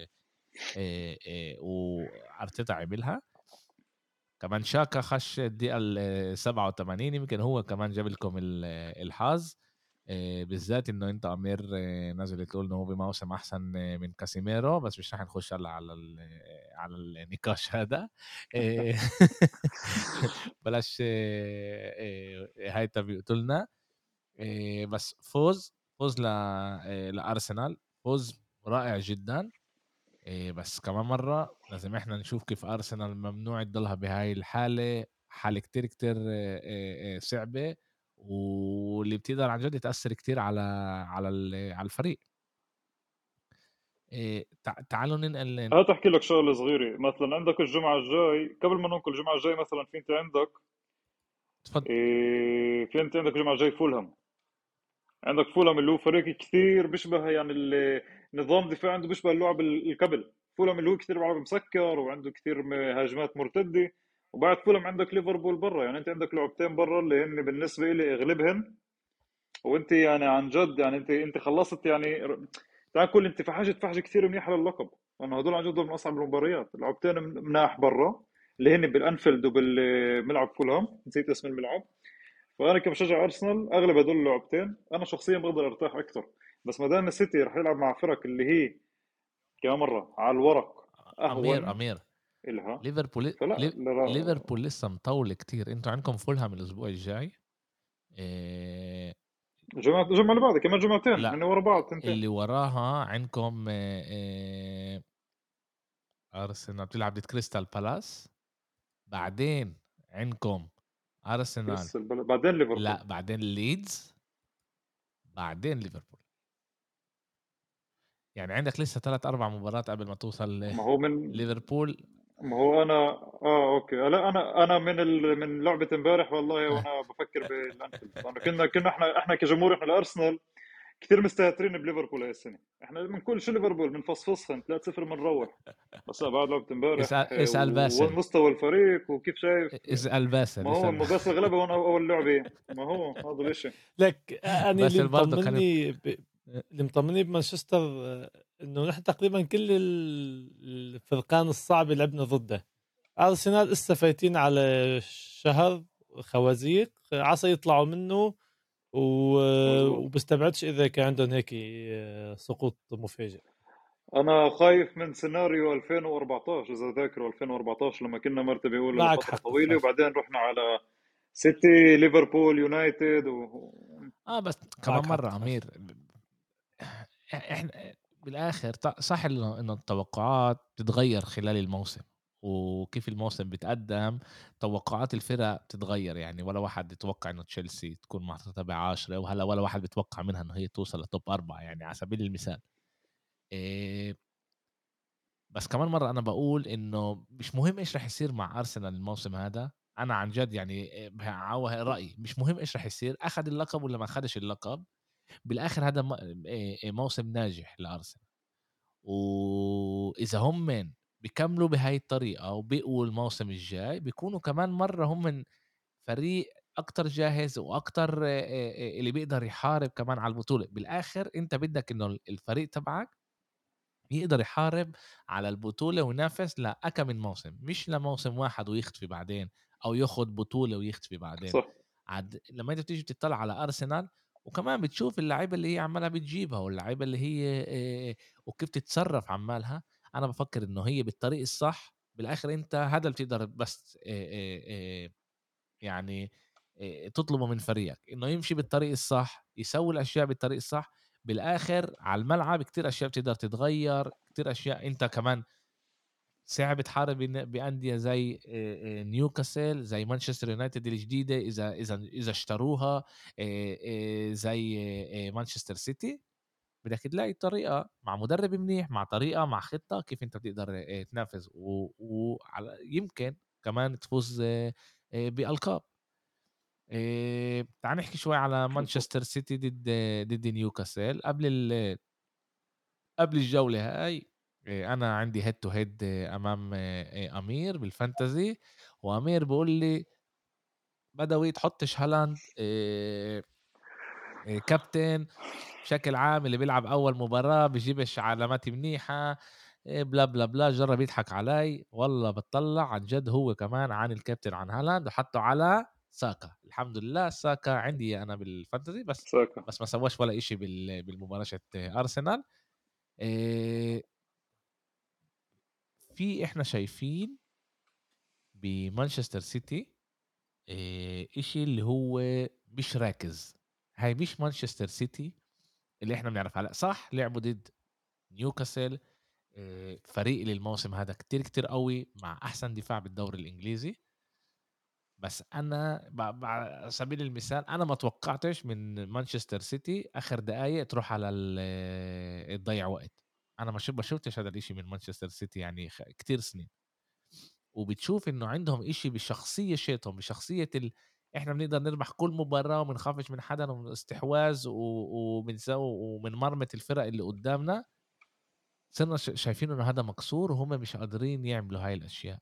وأرتيتا عملها. كمان شاكا خش الدقيقة ال87 يمكن هو كمان جاب لكم الحظ. بالذات إنه أنت أمير نازل تقول إنه هو بموسم أحسن من كاسيميرو، بس مش راح نخش هلأ على النقاش هذا. آآ بلاش هاي بيقتلنا. بس فوز لأرسنال، فوز رائع جدًا. بس كمان مرّة لازم إحنا نشوف كيف أرسنال ممنوع تضلها بهاي الحالة، حالة كتير صعبة، واللي بتقدر عن جد تأثّر كتير على الفريق. تعالوا ننقل. هات احكي لك شغله صغيره. مثلا عندك الجمعه الجاي، قبل ما ننقل الجمعه الجاي، مثلا في انت عندك اتفضل. في انت عندك الجمعه الجاي فولهام. عندك فولهام اللي هو فريق كثير بيشبه، يعني نظام دفاع عنده بيشبه اللعب القبل. فولهام اللي هو كثير بيلعب مسكر وعنده كثير هجمات مرتده. وبعد فولهام عندك ليفربول برا، يعني انت عندك لعبتين برا اللي هن بالنسبه لي اغلبهن. وانت يعني عن جد، يعني انت خلصت يعني. تعال كل انت فحشت كثير منيحه للقب، لانه هدول عن جد من اصعب المباريات. لعبتين مناح برا اللي هن بالانفيلد وبالملعب فولهام، نسيت اسم الملعب. فانا كمشجع ارسنال اغلب هدول اللعبتين انا شخصيا بقدر ارتاح اكثر. بس ما دام السيتي رح يلعب مع فرق اللي هي كمان مره على الورق اهون أمير، إلها. ليفربول فلا لا. ليفربول لسه مطول كتير. أنتوا عندكم فولهام الأسبوع الجاي. آآ الجمعه اللي بعدها كمان جمعتين هن لأ، ورا بعض تنتين. اللي وراها عندكم أرسنال بتلعب ضد كريستال بالاس، بعدين عندكم أرسنال. بعدين ليفربول. لأ، بعدين ليدز، بعدين ليفربول. يعني عندك لسه 3 4 مباريات قبل ما توصل ما هو من لليفربول. ما هو انا اوكي. لا، انا من لعبه امبارح والله، وانا بفكر بالانفيلد، لانه كنا احنا كجمهور، احنا الارسنال كثير مستهترين بليفربول هاي السنه. احنا من كل شيء ليفربول بنفصفصهم 3-0 بنروح. بس لا، بعد لعبه امبارح اسأل باسل، ومستوى الفريق وكيف شايف. اسأل باسل، ما هو اسأل بس الغلبه هون اول لعبه، ما هو هذا الاشي. لك أنا اللي باسل برضه كان اللي مطمني بمانشستر إنه نحن تقريبا كل الفرقان الصعبة لعبنا ضده. أرسنال لسه فايتين على شهر خوازيق عسى يطلعوا منه، مزبوط. وبستبعدش إذا كان عندهم هيك سقوط مفاجئ. انا خايف من سيناريو 2014، اذا ذاكروا 2014 لما كنا مرتبه اولى معك لفتره حق طويله، بصراحة. وبعدين رحنا على سيتي ليفربول يونايتد بس كمان معك حق مرة أمير. إحنا بالآخر صح إنه التوقعات بتتغير خلال الموسم، وكيف الموسم بيتقدم توقعات الفرق بتتغير. يعني ولا واحد يتوقع إنه تشيلسي تكون محطوطة ب10، وهلا ولا واحد بيتوقع منها إنه هي توصل لتوب 4، يعني على سبيل المثال. إيه، بس كمان مرة أنا بقول إنه مش مهم إيش رح يصير مع أرسنال الموسم هذا. أنا عن جد يعني رأيي مش مهم إيش رح يصير، أخذ اللقب ولا ما أخذش اللقب. بالآخر هذا موسم ناجح لأرسنال، وإذا هم بيكملوا بهاي الطريقة وبيقوا الموسم الجاي بيكونوا كمان مرة هم من فريق أكتر جاهز وأكتر اللي بيقدر يحارب كمان على البطولة. بالآخر أنت بدك إنه الفريق تبعك يقدر يحارب على البطولة وينافس لأكم من موسم، مش لموسم واحد ويختفي بعدين، أو ياخد بطولة ويختفي بعدين. صح. عاد لما انت بتيجي تطلع على ارسنال، وكمان بتشوف اللعيبه اللي هي عمالها بتجيبها، واللعيبه اللي هي وكيف تتصرف عمالها. انا بفكر انه هي بالطريق الصح. بالاخر انت هذا اللي بتقدر بس يعني تطلبه من فريقك انه يمشي بالطريق الصح، يسوي الاشياء بالطريق الصح. بالاخر على الملعب كتير اشياء بتقدر تتغير، كتير اشياء انت كمان صعب تحارب بأندية زي نيوكاسل، زي مانشستر يونايتد الجديدة إذا اشتروها، زي مانشستر سيتي. بدك تلاقي طريقة مع مدرب منيح، مع طريقة، مع خطة كيف أنت بتقدر تنافس وعلى يمكن كمان تفوز بألقاب. تعال نحكي شوي على بالضبط. مانشستر سيتي ضد نيوكاسل قبل الجولة هاي. أنا عندي هيد تو هيد أمام أمير بالفانتزي، وأمير بيقول لي بدوي تحطش هالاند كابتن بشكل عام، اللي بيلعب أول مباراة بيجيبش علامات منيحة، بلا بلا بلا. جرب يضحك علي، والله بتطلع عن جد هو كمان عن الكابتن عن هالاند وحطه على ساكا. الحمد لله ساكا عندي أنا بالفانتزي، ساكا. بس ما سواش ولا إشي بالمباراة أرسنال. آه، في إحنا شايفين بمانشستر سيتي إشي اللي هو مش راكز. هاي مش مانشستر سيتي اللي إحنا بنعرفها. هلأ صح لعبوا ضد نيوكاسل، فريق اللي الموسم هذا كتير قوي مع أحسن دفاع بالدوري الإنجليزي. بس أنا على سبيل المثال أنا ما توقعتش من مانشستر سيتي آخر دقايق تروح على تضيع وقت. أنا ما شفتش هذا الإشي من مانشستر سيتي يعني كتير سنين. وبتشوف إنه عندهم إشي بشخصية شيتهم بشخصية إحنا بنقدر نربح كل مباراة وما نخافش من حدا ومن استحواذ ومن مرمة الفرق اللي قدامنا. صرنا شايفين إنه هذا مكسور وهم مش قادرين يعملوا هاي الأشياء.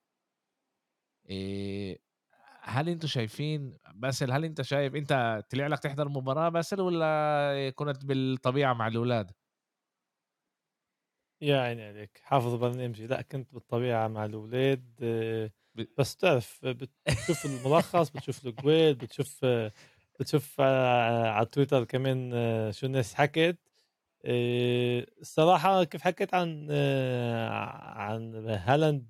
إيه، هل أنتم شايفين باسل، هل أنت شايف أنت طلع لك تحضر مباراة باسل والّا كنت بالطبيعة مع الأولاد؟ يا عيني عليك حافظ برنامجي. لأ كنت بالطبيعة مع الأولاد ب بس بتعرف بتشوف الملخص، بتشوف الجوال، بتشوف على تويتر كمان شو الناس حكت. الصراحة كيف حكيت عن هالاند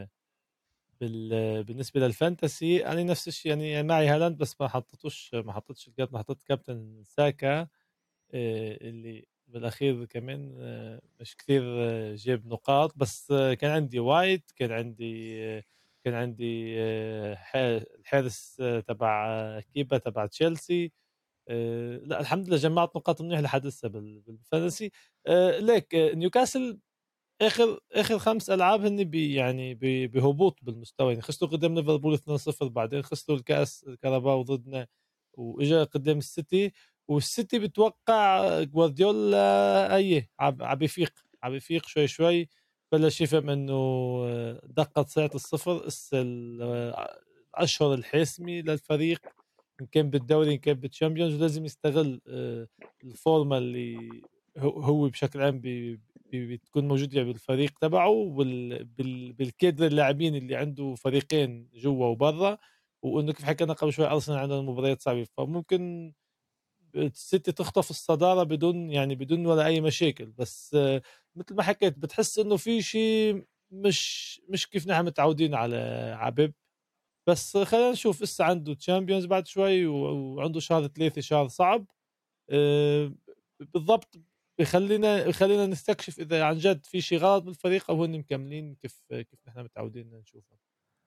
بالنسبة للفانتسي أنا نفس الشيء يعني معي هالاند بس ما حطيتش القد ما حطيت كابتن ساكا اللي بالأخير كمان مش كثير جاب نقاط بس كان عندي وايت كان عندي الحارس تبع كيبا تبع تشيلسي. لا الحمد لله جمعت نقاط منيح لحد هسه بالفانتسي. ليك نيوكاسل اخر 5 العاب هن يعني بهبوط بالمستوى يعني خسروا قدام ليفربول 2-0 بعدين خسروا الكاس الكاراباو ضدنا واجا قدام السيتي والسيتي بتوقع جوارديولا اي عم بيفيق شوي شوي بلش يفهم انه دقت ساعة الصفر الاشهر الحاسمة للفريق ان كان بالدوري ان كان بالتشامبيونز ولازم يستغل الفورمة اللي هو بشكل عام بتكون موجود يعني بالفريق تبعه بالكادر اللاعبين اللي عنده فريقين جوا وبرا وانه كيف حكينا قبل شوي ارسنال عندهم مباريات صعبه فممكن السيتي تخطف الصداره بدون ولا اي مشاكل بس مثل ما حكيت بتحس انه في شيء مش كيف نحن متعودين على عبيب بس خلينا نشوف لسه عنده تشامبيونز بعد شوي وعنده شهر 3 شهر صعب آه، بالضبط بخلينا نستكشف اذا عن جد في شيء غلط بالفريق او هن مكملين كيف نحن متعودين نشوفها.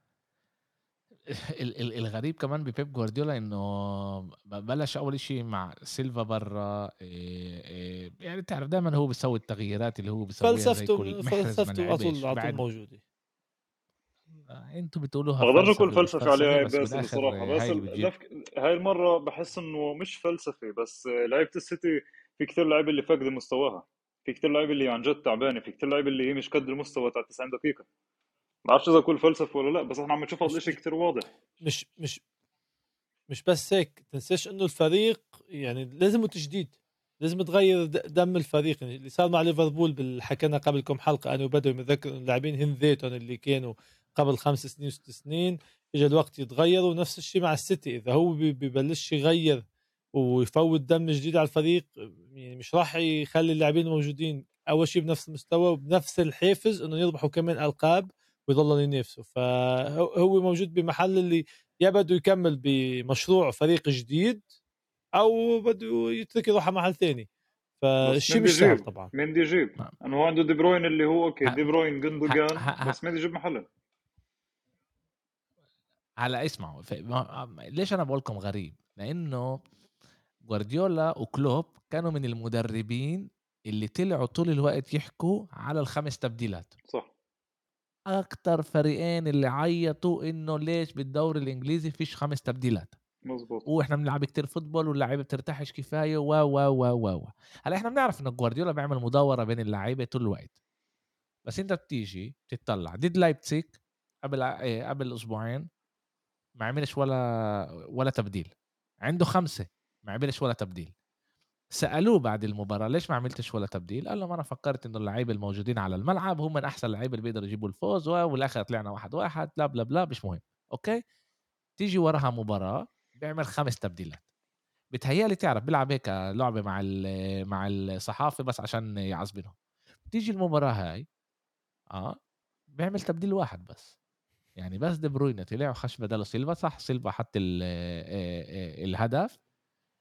الغريب كمان ببيب جوارديولا إنه بلش أول إشي مع سيلفا برّا يعني تعرف دايمًا هو بيسوي التغييرات اللي هو بيسويها زي كل محرز ما فلسفته لعبش على طول بعد. موجوده. أنتم بتقولوها ما بقدرش اقول فلسفة ومش فلسفه فلسفة عليها هاي بس باسل بالآخر بصراحه هاي اللي باسل بتجيب. هاي المره بحس انه مش فلسفه بس لعيبه السيتي في كثير لعيبه اللي فاقده مستواها في كثير لعيبه اللي عن جد تعبانه في كثير لعيبه اللي هي مش قد المستوى تاع 90 دقيقه ما بعرفش اذا اقول فلسفه ولا لا بس احنا عم نشوف هذا مش الشيء مش كثير واضح مش مش مش بس هيك تنساش انه الفريق يعني لازم تجديد لازم تغير دم الفريق يعني اللي صار مع ليفربول حكينا قبل كم حلقه انا وبدوي متذكر إنه اللاعبين هن ذاتهم اللي كانوا قبل 5 سنين و6 سنين اجى الوقت يتغيروا ونفس الشيء مع السيتي اذا هو ببلش يغير ويفوت دم جديد على الفريق يعني مش راح يخلي اللاعبين الموجودين اول شيء بنفس المستوى وبنفس الحافز انه يربحوا كمان القاب ويضلوا ينافسوا فهو موجود بمحل اللي يا بده يكمل بمشروع فريق جديد او بده يترك يروح على محل ثاني بس فالشيء مين بده مش سهل يجيب طبعا. مين بده يجيب ما انه هو عنده دي بروين اللي هو اوكي ه دي بروين ه ه جندوجان ه بس مين بده يجيب محله هلأ اسمعوا ليش أنا باقول لكم غريب؟ لإنه جوارديولا وكلوب كانوا من المدربين اللي طلعوا طول الوقت يحكوا على ال5 تبديلات. صح أكتر فريقين اللي عيّطوا إنه ليش بالدوري الإنجليزي فيش 5 تبديلات، مزبوط وإحنا بنلعب كتير فوتبول واللعيبة بترتاحش كفاية و. هلأ إحنا بنعرف إنه جوارديولا بيعمل مداورة بين اللعيبة طول الوقت، بس أنت بتيجي بتطلّع ضد لايبزيج قبل أسبوعين ما عملش ولا تبديل، عنده 5 ما عملش ولا تبديل. سألوه بعد المباراة ليش ما عملتش ولا تبديل؟ قال لهم أنا فكرت إنه اللعيبة الموجودين على الملعب هم من أحسن اللعيبة اللي بيقدروا يجيبوا الفوز والآخر طلعنا 1-1 بلا بلا بلا مش مهم. أوكي، تيجي وراها مباراة بيعمل 5 تبديلات. بتهيأ لي تعرف بيلعب هيك لعبة مع الصحافة بس عشان يعصبنهم. تيجي المباراة هاي بيعمل تبديل واحد بس، يعني بس دي بروين طلع وخش بداله سيلفا. صح سيلفا حط الهدف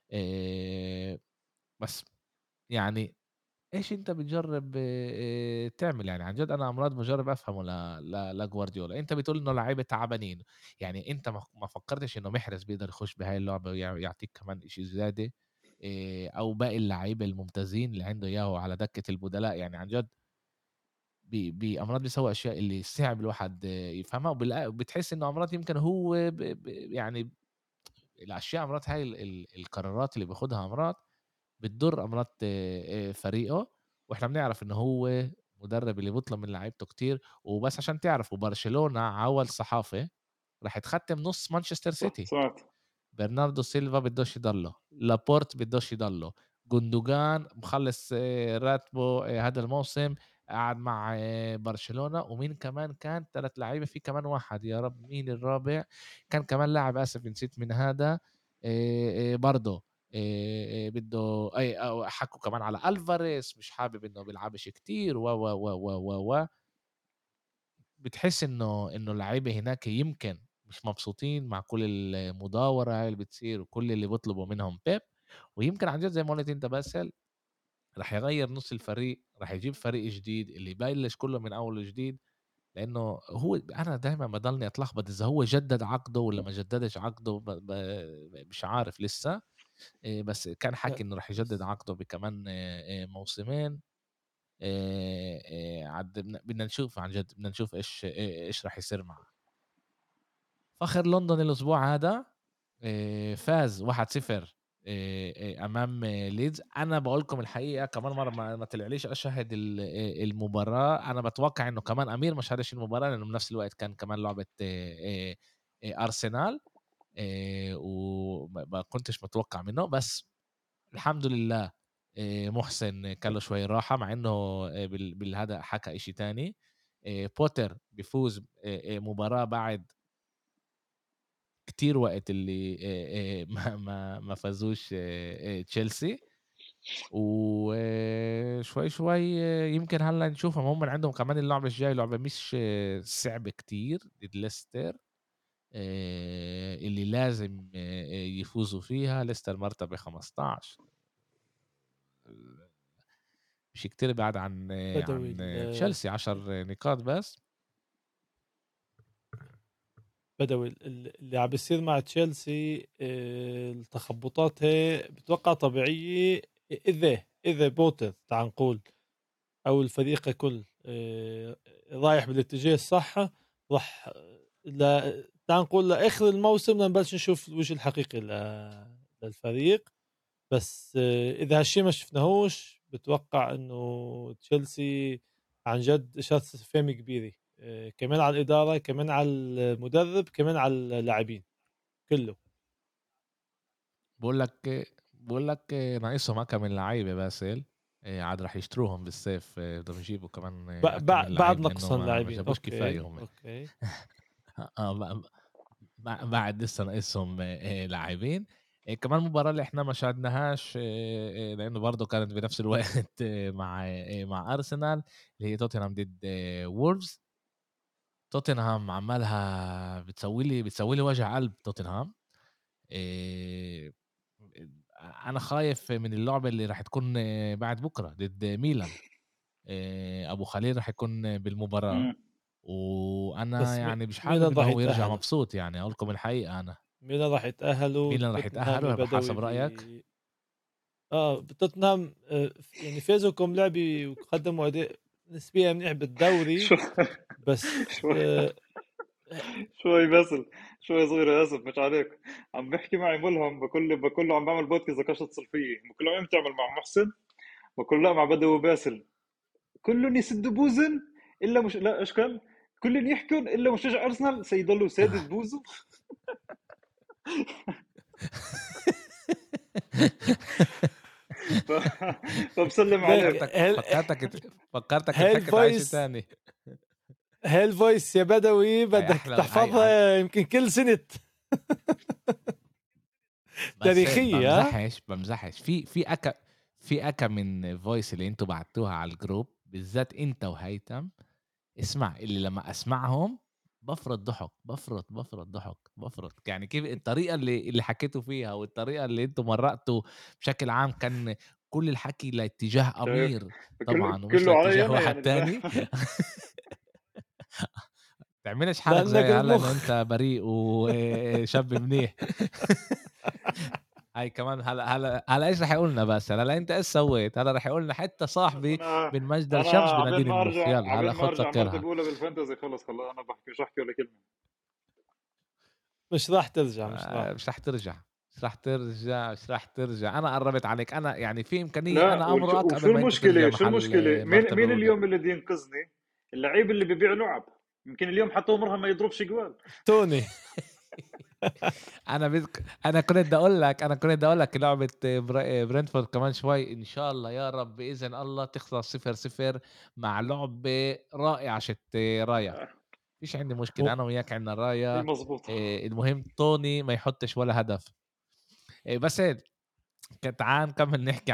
بس يعني إيش أنت بتجرّب تعمل يعني عن جد أنا أمرات باجرّب أفهمه لجوارديولا، أنت بتقول إنه لعيبة تعبانين، يعني أنت ما فكّرتش إنه محرز بيقدر يخش بهاي اللعبة يعطيك كمان إشي زيادة أو باقي اللعيبة الممتازين اللي عنده إياه على دكة البدلاء، يعني عن جد أمرات بيسوي أشياء اللي صعب الواحد يفهمها بتحس إنه أمرات يمكن هو يعني الأشياء أمرات هاي القرارات اللي بياخدها أمرات بتضر أمرات فريقه، وإحنا بنعرف إنه هو مدرب اللي بيطلب من لعيبته كتير، وبس عشان تعرفوا برشلونة عوّل صحافة راح يتختم نُص مانشستر صح سيتي. سمعت. برناردو سيلفا بدوش يضله، لابورت بدوش يضله، جوندوجان مخلص راتبه هذا الموسم قاعد مع برشلونة، ومين كمان كان 3 لعيبة في كمان واحد يا رب مين الرابع كان كمان لاعب آسف نسيت من هذا برضه بده أو حكوا كمان على ألفاريز مش حابب إنه بيلعبش كتير و بتحس إنه اللعيبة هناك يمكن مش مبسوطين مع كل المداورة هاي اللي بتصير وكل اللي بيطلبوا منهم بيب، ويمكن عن جد زي ما قُلت أنت باسل راح يغيّر نُص الفريق، راح يجيب فريق جديد اللي يبلش كلّه من أول وجديد، لإنه هو أنا دايمًا باضلني أتلخبط إذا هو جدد عقده والّا ما جددش عقده مش عارف لسه، بس كان حكي إنه راح يجدد عقده بكمان موسمين. عاد بدنا نشوف عن جد بدنا نشوف إيش راح يصير معه. فخر لندن الأسبوع هذا فاز 1-0 أمام ليدز. أنا باقول لكم الحقيقة كمان مرة ما طلعليش أشاهد المباراة. أنا باتوقع إنه كمان أمير ما شاهدش المباراة لأنه بنفس الوقت كان كمان لعبة أرسنال وما كنتش متوقع منه، بس الحمد لله محسن كان له شوية راحة مع إنه بالهذا حكى إشي تاني. بوتر بيفوز مباراة بعد كتير وقت اللي ما فازوش تشيلسي، وشوي يمكن هلا نشوفهم هم عندهم كمان اللعبة الجاية لعبة مش صعبة كتير ضد ليستر اللي لازم يفوزوا فيها. ليستر مرتبة 15 مش كتير بعد بدوي عن تشيلسي 10 نقاط بس. بدوي اللي عم بيصير مع تشيلسي التخبطات هي بتوقع طبيعية إذا بوتر تعال نقول أو الفريق ككل رايح بالاتجاه الصح راح تعال نقول لآخر الموسم نبلش نشوف الوجه الحقيقي للفريق. بس إذا هالشي ما شفناهوش بتوقع إنه تشيلسي عن جد إشارة استفهام كبيرة كمان على الإدارة كمان على المدرب كمان على اللاعبين كله. بقول لك ناقصهم كم من لعيبة باسل عاد راح يشتروهم بالصيف بدهم يجيبوا كمان كم من بعد لعيب لأنه نقصهم ما لاعبين. جابوش كفاية أوكي هم. أوكي بعد لسه ناقصهم لاعبين. كمان مباراة اللي احنا ما شاهدناهاش لأنه برضه كانت بنفس الوقت مع أرسنال اللي هي توتنهام ضد وولفز. توتنهام عمالها بتسوي لي وجع قلب توتنهام. آآ أنا خايف من اللعبة اللي راح تكون بعد بكرة ضد ميلان. أبو خليل راح يكون بالمباراة، إمم. وأنا بس يعني مش حابب ميلان إنه راح هو يرجع يتأهلوا. مبسوط يعني أقول لكم الحقيقة أنا. ميلان راح يتأهلوا. ميلان راح توتنهام يتأهلوا بدوي بحسب رأيك؟ توتنهام يعني فازوا كم لعبة وقدموا أداء نسبيا منيح بالدوري. شو بس شوي شوي باسل، شوي صغير آسف مش عليك. عم بيحكي معي ملهم بقول له عم بعمل بودكاست ذكاء اتصل فيي، بقول له امتى تعمل مع محسن؟ بقول لا مع بدوي وباسل. كلهم يسدوا بوزن الا مش لا ايش كان؟ كلهم يحكوا الا مشجع ارسنال سيضلوا سادد بوزه. ف... فبسلم ليك عليه. فكرتك هاي تحكي على شيء الفويس تاني. هاي الفويس يا بدوي هاي بدك أحلى تحفظها يمكن كل سنة بس تاريخية. بمزحش في من فويس اللي انتوا بعتوها على الجروب بالذات انت وهيثم. اسمع اللي لما اسمعهم بافرط ضحك، يعني كيف الطريقة اللي حكيتوا فيها والطريقة اللي أنتم مرّقتوا بشكل عام كان كل الحكي لاتجاه شايف أمير كله طبعًا ومش كله علي لاتجاه انا واحد يعني تاني. تعملش حالك لانك زي هلأ إنه المخ. أنت بريء وشاب منيح. هاي كمان هلأ إيش رح يقول لنا بس هلأ أنت إيش سويت؟ هلأ رح يقول لنا حتى خلص صاحبي انا من مجدل انا الشمس عبين بيناديني ما المُخ، ارجع يالّا عبين هلأ ما خُد ارجع مرتب سكّرها. اولى بالفانتزي، خلص انا بحكي مش احكي ولا كلمه. مش راح ترجع، مش راح. مش رح ترجع، مش رح ترجع، أنا قرّبت عليك، أنا يعني في إمكانية لا أنا أمرُقك وشو قبل ما أنت ترجع المشكله، شو محل المشكله، مرتبة مين أولى. اليوم اللي بده ينقذني؟ اللعيب اللي ببيع لعب. يمكن اليوم حتى عمرها ما يضربش جوال. توني. أنا كنت بدي أقول لك لعبة برنتفورد كمان شوي إن شاء الله يا رب بإذن الله تخلص 0-0 مع لعبة رائعة رايا. فيش عندي مشكلة، أنا وياك عندنا هي رايا. مزبوط. المهم توني ما يحطش ولا هدف. بس تعال نكمل نحكي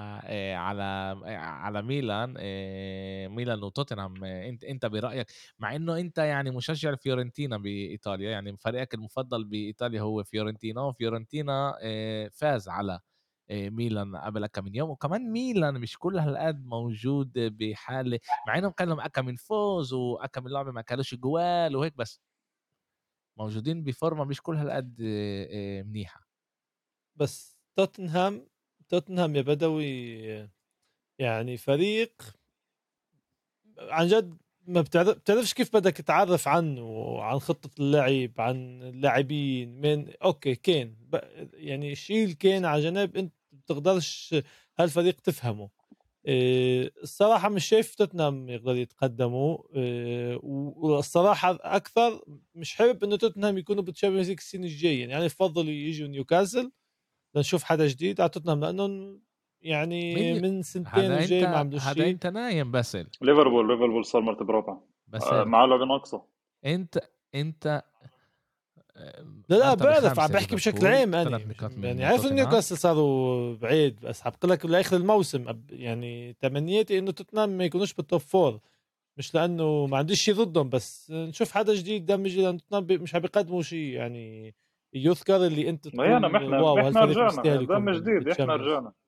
على ميلان. ميلان وتوتنهام. انت برأيك، مع انه انت يعني مشجع فيورنتينا بايطاليا، يعني فريقك المفضل بايطاليا هو فيورنتينا، وفيورنتينا فاز على ميلان قبل كم من يوم، وكمان ميلان مش كل هالقد موجود بحالة، مع انهم كانوا أكا من فوز وأكا من لعبة ما كانوش جوال وهيك، بس موجودين بفورمة مش كل هالقد منيحة. بس توتنهام يا بدوي، يعني فريق عن جد ما بتعرفش كيف بدك تتعرف عنه، عن خطة اللعب، عن اللاعبين من اوكي كين يعني شيل كين على جنب، انت بتقدرش هالفريق تفهمه. الصراحة مش شايف توتنهام يقدر يتقدموا. والصراحة أكثر مش حابب إنه توتنهام يكونوا بالتشامبيونز ليج السنة الجاية، يعني بفضل يجوا نيوكاسل لنشوف حدا جديد على توتنهام، لأنه مين يعني من سنتين هذا وجاي ما انت عملوا هذا شيء. انت نايم باسل. ليفربول صار مرتبه رابعه. باسل مع لعبه ناقصه. انت لا مرتبة بعرف، عم خامسة بحكي بشكل ليفربول عام، أنا 3 نقاط يعني من عارف إن توتنهام. نيوكاسل صاروا بعيد، بس حبقول لك لآخر الموسم يعني تمنيتي إنه توتنهام ما يكونوش بالتوب فور، مش لأنه ما عنديش شيء ضدهم، بس نشوف حدا جديد دمج، لأنه توتنهام مش عم بيقدموا شيء يعني يذكر اللي أنت ما هي انا ما تقول احنا ما واو احنا هالفريق رجعنا بيستاهل دم يكون جديد، احنا بالتشامبيونز. رجعنا.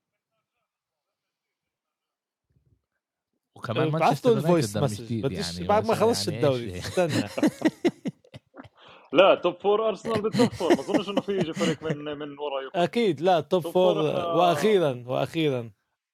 وكمان بعثوا مانشستر يونايتد الفويس دم مسج، جديد بديش يعني، بعد بس ما خلصش يعني ايش. الدوري تستنى. لا توب فور ارسنال بالتوب فور، ما اظنش انه في يجي فريق من ورا ياخذها. أكيد لا توب توب فور. فور احنا. وأخيرا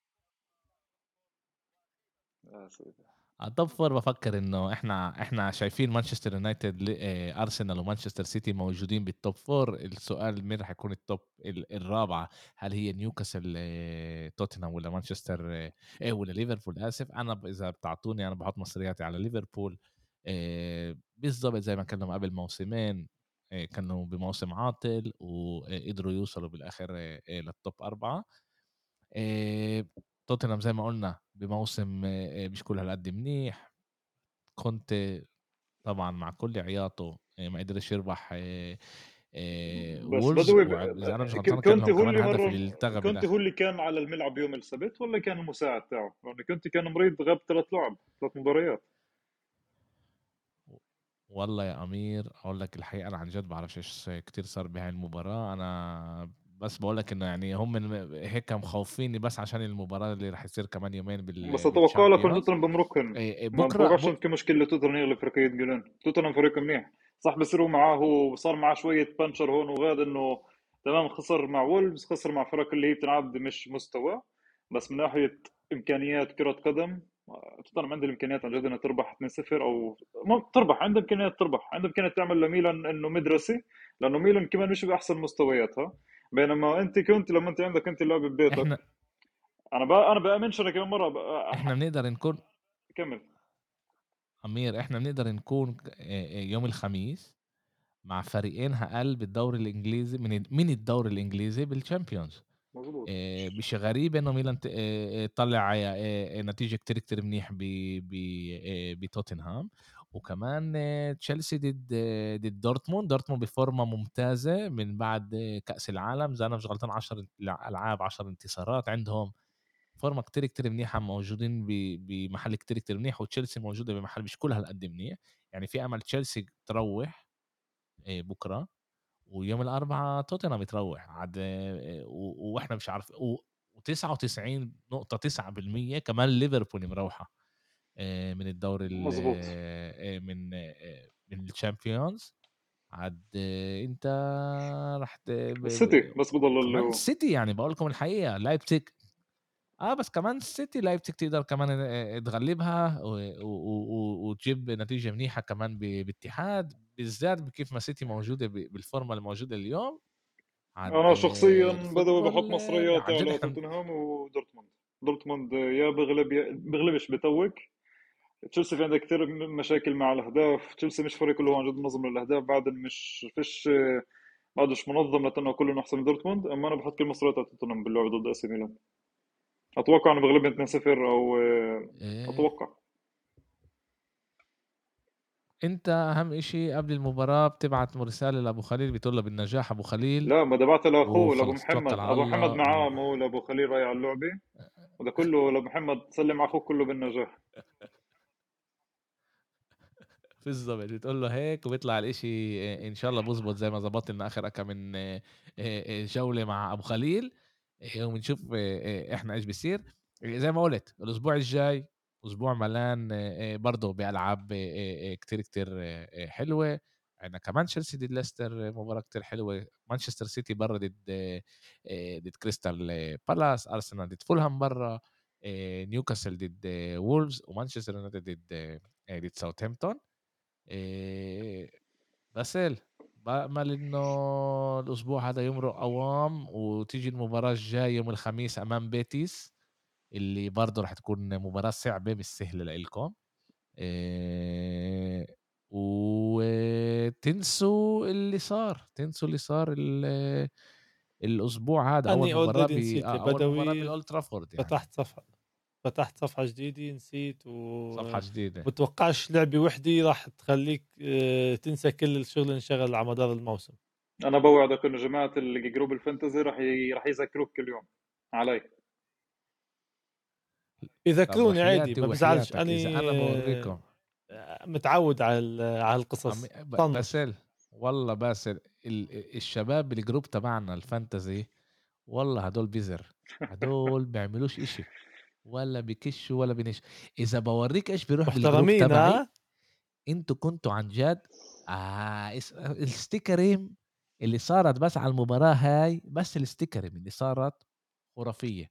يا سيدي. توب فور بفكر انه احنا شايفين مانشستر يونايتد، ارسنال ومانشستر سيتي موجودين بالتوب فور. السؤال مين راح يكون التوب الرابعه؟ هل هي نيوكاسل، توتنهام، ولا مانشستر، ولا ليفربول؟ اسف، انا اذا بتعطوني انا بحط مصرياتي على ليفربول. بالضبط زي ما كنا قبل موسمين، كانوا بموسم عاطل وقدروا يوصلوا بالاخر للتوب 4. توتنهام زي ما قلنا بموسم مش كل هالقد منيح. كنت طبعا مع كل عياطه ما قدرش يربح بس وولز، بدوي واذا انا مش غلطان كان كنت لهم هو كمان اللي هدف اللي مرن. التغى كنت بالاخر. هو اللي كان على الملعب يوم السبت ولا كان المساعد تاعه؟ لانه كنت كان مريض، غاب 3 لعب 3 مباريات. والله يا امير اقول لك الحقيقه، انا عن جد بعرفش ايش كتير صار بهاي المباراه. انا بس بقول لك انه يعني هم هيك مخوفيني بس عشان المباراه اللي رح يصير كمان يومين بس اتوقع لكم بالتشامبيونز. توتنهام بمركن. ما بكره بتوقعش في مشكله توتنهام يغلب فريق يتقولون. توتنهام فريق منيح صح، بصيروا معاه، هو صار معاه شويه بانشر هون وغاد، انه تمام خسر مع وولفز، خسر مع فرق اللي هي بتلعب مش مستوى. بس من ناحيه امكانيات كره قدم، توتنهام عنده الامكانيات عن جد انها تربح 2-0 او ما تربح، عنده امكانيات تربح، عنده امكانيات تعمل لميلان انه مدرسه، لانه ميلان كمان مش باحسن مستوياتها. بينما انت كنت لما انت عندك انت اللعب ببيتك. احنا انا بامنش انا كمان مره احنا بنقدر نكون كمل. امير، احنا بنقدر نكون يوم الخميس مع فريقين اقل بالدوري الانجليزي من الدوري الانجليزي بالشامبيونز. مظبوط. مش غريب انه ميلان طلع نتيجه كتير كتير منيح بتوتنهام. وكمان تشيلسي ضد دورتموند بفورمه ممتازه من بعد كاس العالم، زي انا مش غلطان 10 العاب 10 انتصارات عندهم. فورمة كتير منيحة، موجودين بمحل كتير منيح، وتشيلسي موجودة بمحل مش كل هالقد منيح. يعني في أمل تشيلسي تروح بكرة، ويوم الأربعاء توتنهام بتروح عاد، وإحنا مش عارف، و99.9% كمان ليفربول مروحة من الدوري مزبوط. من الشامبيونز عاد. انت رحت السيتي بس بضل اللي كمان هو السيتي، يعني بقول لكم الحقيقه لايبزيج. بس كمان السيتي لايبزيج تقدر كمان تغلبها وتجيب نتيجه منيحه كمان باتحاد، بالذات بكيف ما سيتي موجوده بالفورمه الموجوده اليوم عاد. انا شخصيا بدوي بحط الفوتبول مصرياتي عن جد على احنا توتنهام ودورتموند. دورتموند يا بغلب يا بغلبش بتوك. تشيلسي في عندها كثير مشاكل مع الاهداف. تشيلسي مش فريق اللي هو عن جد منظم للاهداف، بعد مش فيش بعدش منظم لانه كله احسن من دورتموند. اما انا بحط كل مصرياتي على توتنهام باللعب ضد اسي ميلان. اتوقع انه بغلبنا 2-0 او إيه، اتوقع. انت اهم اشي قبل المباراة بتبعت رسالة لابو خليل بتقول له بالنجاح ابو خليل، لا، ما دبعت لاخوه لابو وخلص توكل محمد. على ابو محمد الله معاه، مو لابو خليل رايح على اللعبه. وده كله لابو محمد سلم على اخوك كله بالنجاح. بالضبط بتقول له هيك، وبيطلع الاشي ان شاء الله بظبط زي ما ظبط لنا اخر كم من جولة مع ابو خليل. وبنشوف احنا ايش بيصير. زي ما قلت الاسبوع الجاي اسبوع ملان برضه بالعاب كتير حلوة. عندنا كمان تشيلسي ضد ليستر، مباراة كتير حلوة. مانشستر سيتي برا ضد ضد كريستال بالاس. ارسنال ضد فولهام برا. نيوكاسل ضد وولفز. ومانشستر يونايتد ضد ساوثهامبتون. إيه باسل، بأمل إنه الأسبوع هذا يمرق أوام، وتيجي المباراة الجاية يوم الخميس أمام بيتيس، اللي برضه رح تكون مباراة صعبة مش سهلة لإلكم. وتنسوا اللي صار، تنسوا اللي صار الأسبوع هذا. اني اوريدي نسيت يا أول مباراة بدوي. بالأولد ترافورد يعني. فتحت صفحه فتحت صفحه جديده، نسيت صفحة جديدة. وبتوقعش لعبه وحده راح تخليك تنسى كل الشغل اللي انشغل على مدار الموسم. انا بوعدك انه جماعه الجروب الفانتزي راح يذكروك كل يوم علي. طب يذكروني عادي، وحياتي ما بزعلش. وحياتك اني إذا أنا بوريكم متعود على القصص. طنش. باسل، والله باسل الشباب بالجروب تبعنا الفانتزي، والله هدول بيزر، هدول بيعملوش إشي، ولا بكشوا ولا بنش. إذا بوريك إيش بيروح بالجروب محترمين، تبعي، ها. انتوا كنتوا عن جد. الستيكريم اللي صارت بس على المباراة هاي، بس الستيكريم اللي صارت خرافية.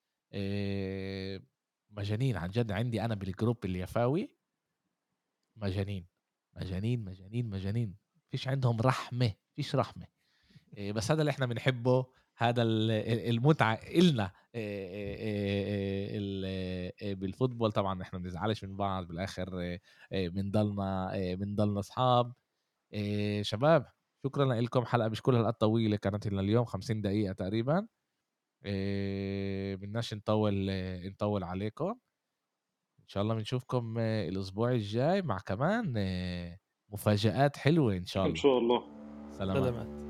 مجانين عن جد. عندي أنا بالجروب اليفاوي مجانين مجانين مجانين مجانين. فيش عندهم رحمة، فيش رحمة. بس هذا اللي احنا بنحبه، هذا المتعة إلنا بالفوتبول. طبعا احنا ما بنزعلش من بعض بالآخر، بنضلنا أصحاب. شباب، شكرا لكم. حلقة مش كل هالقد طويلة كانت لنا اليوم 50 دقيقة تقريبا. بدناش نطول عليكم. ان شاء الله بنشوفكم الاسبوع الجاي مع كمان مفاجآت حلوة ان شاء ان الله. شاء الله. سلامات. سلامات.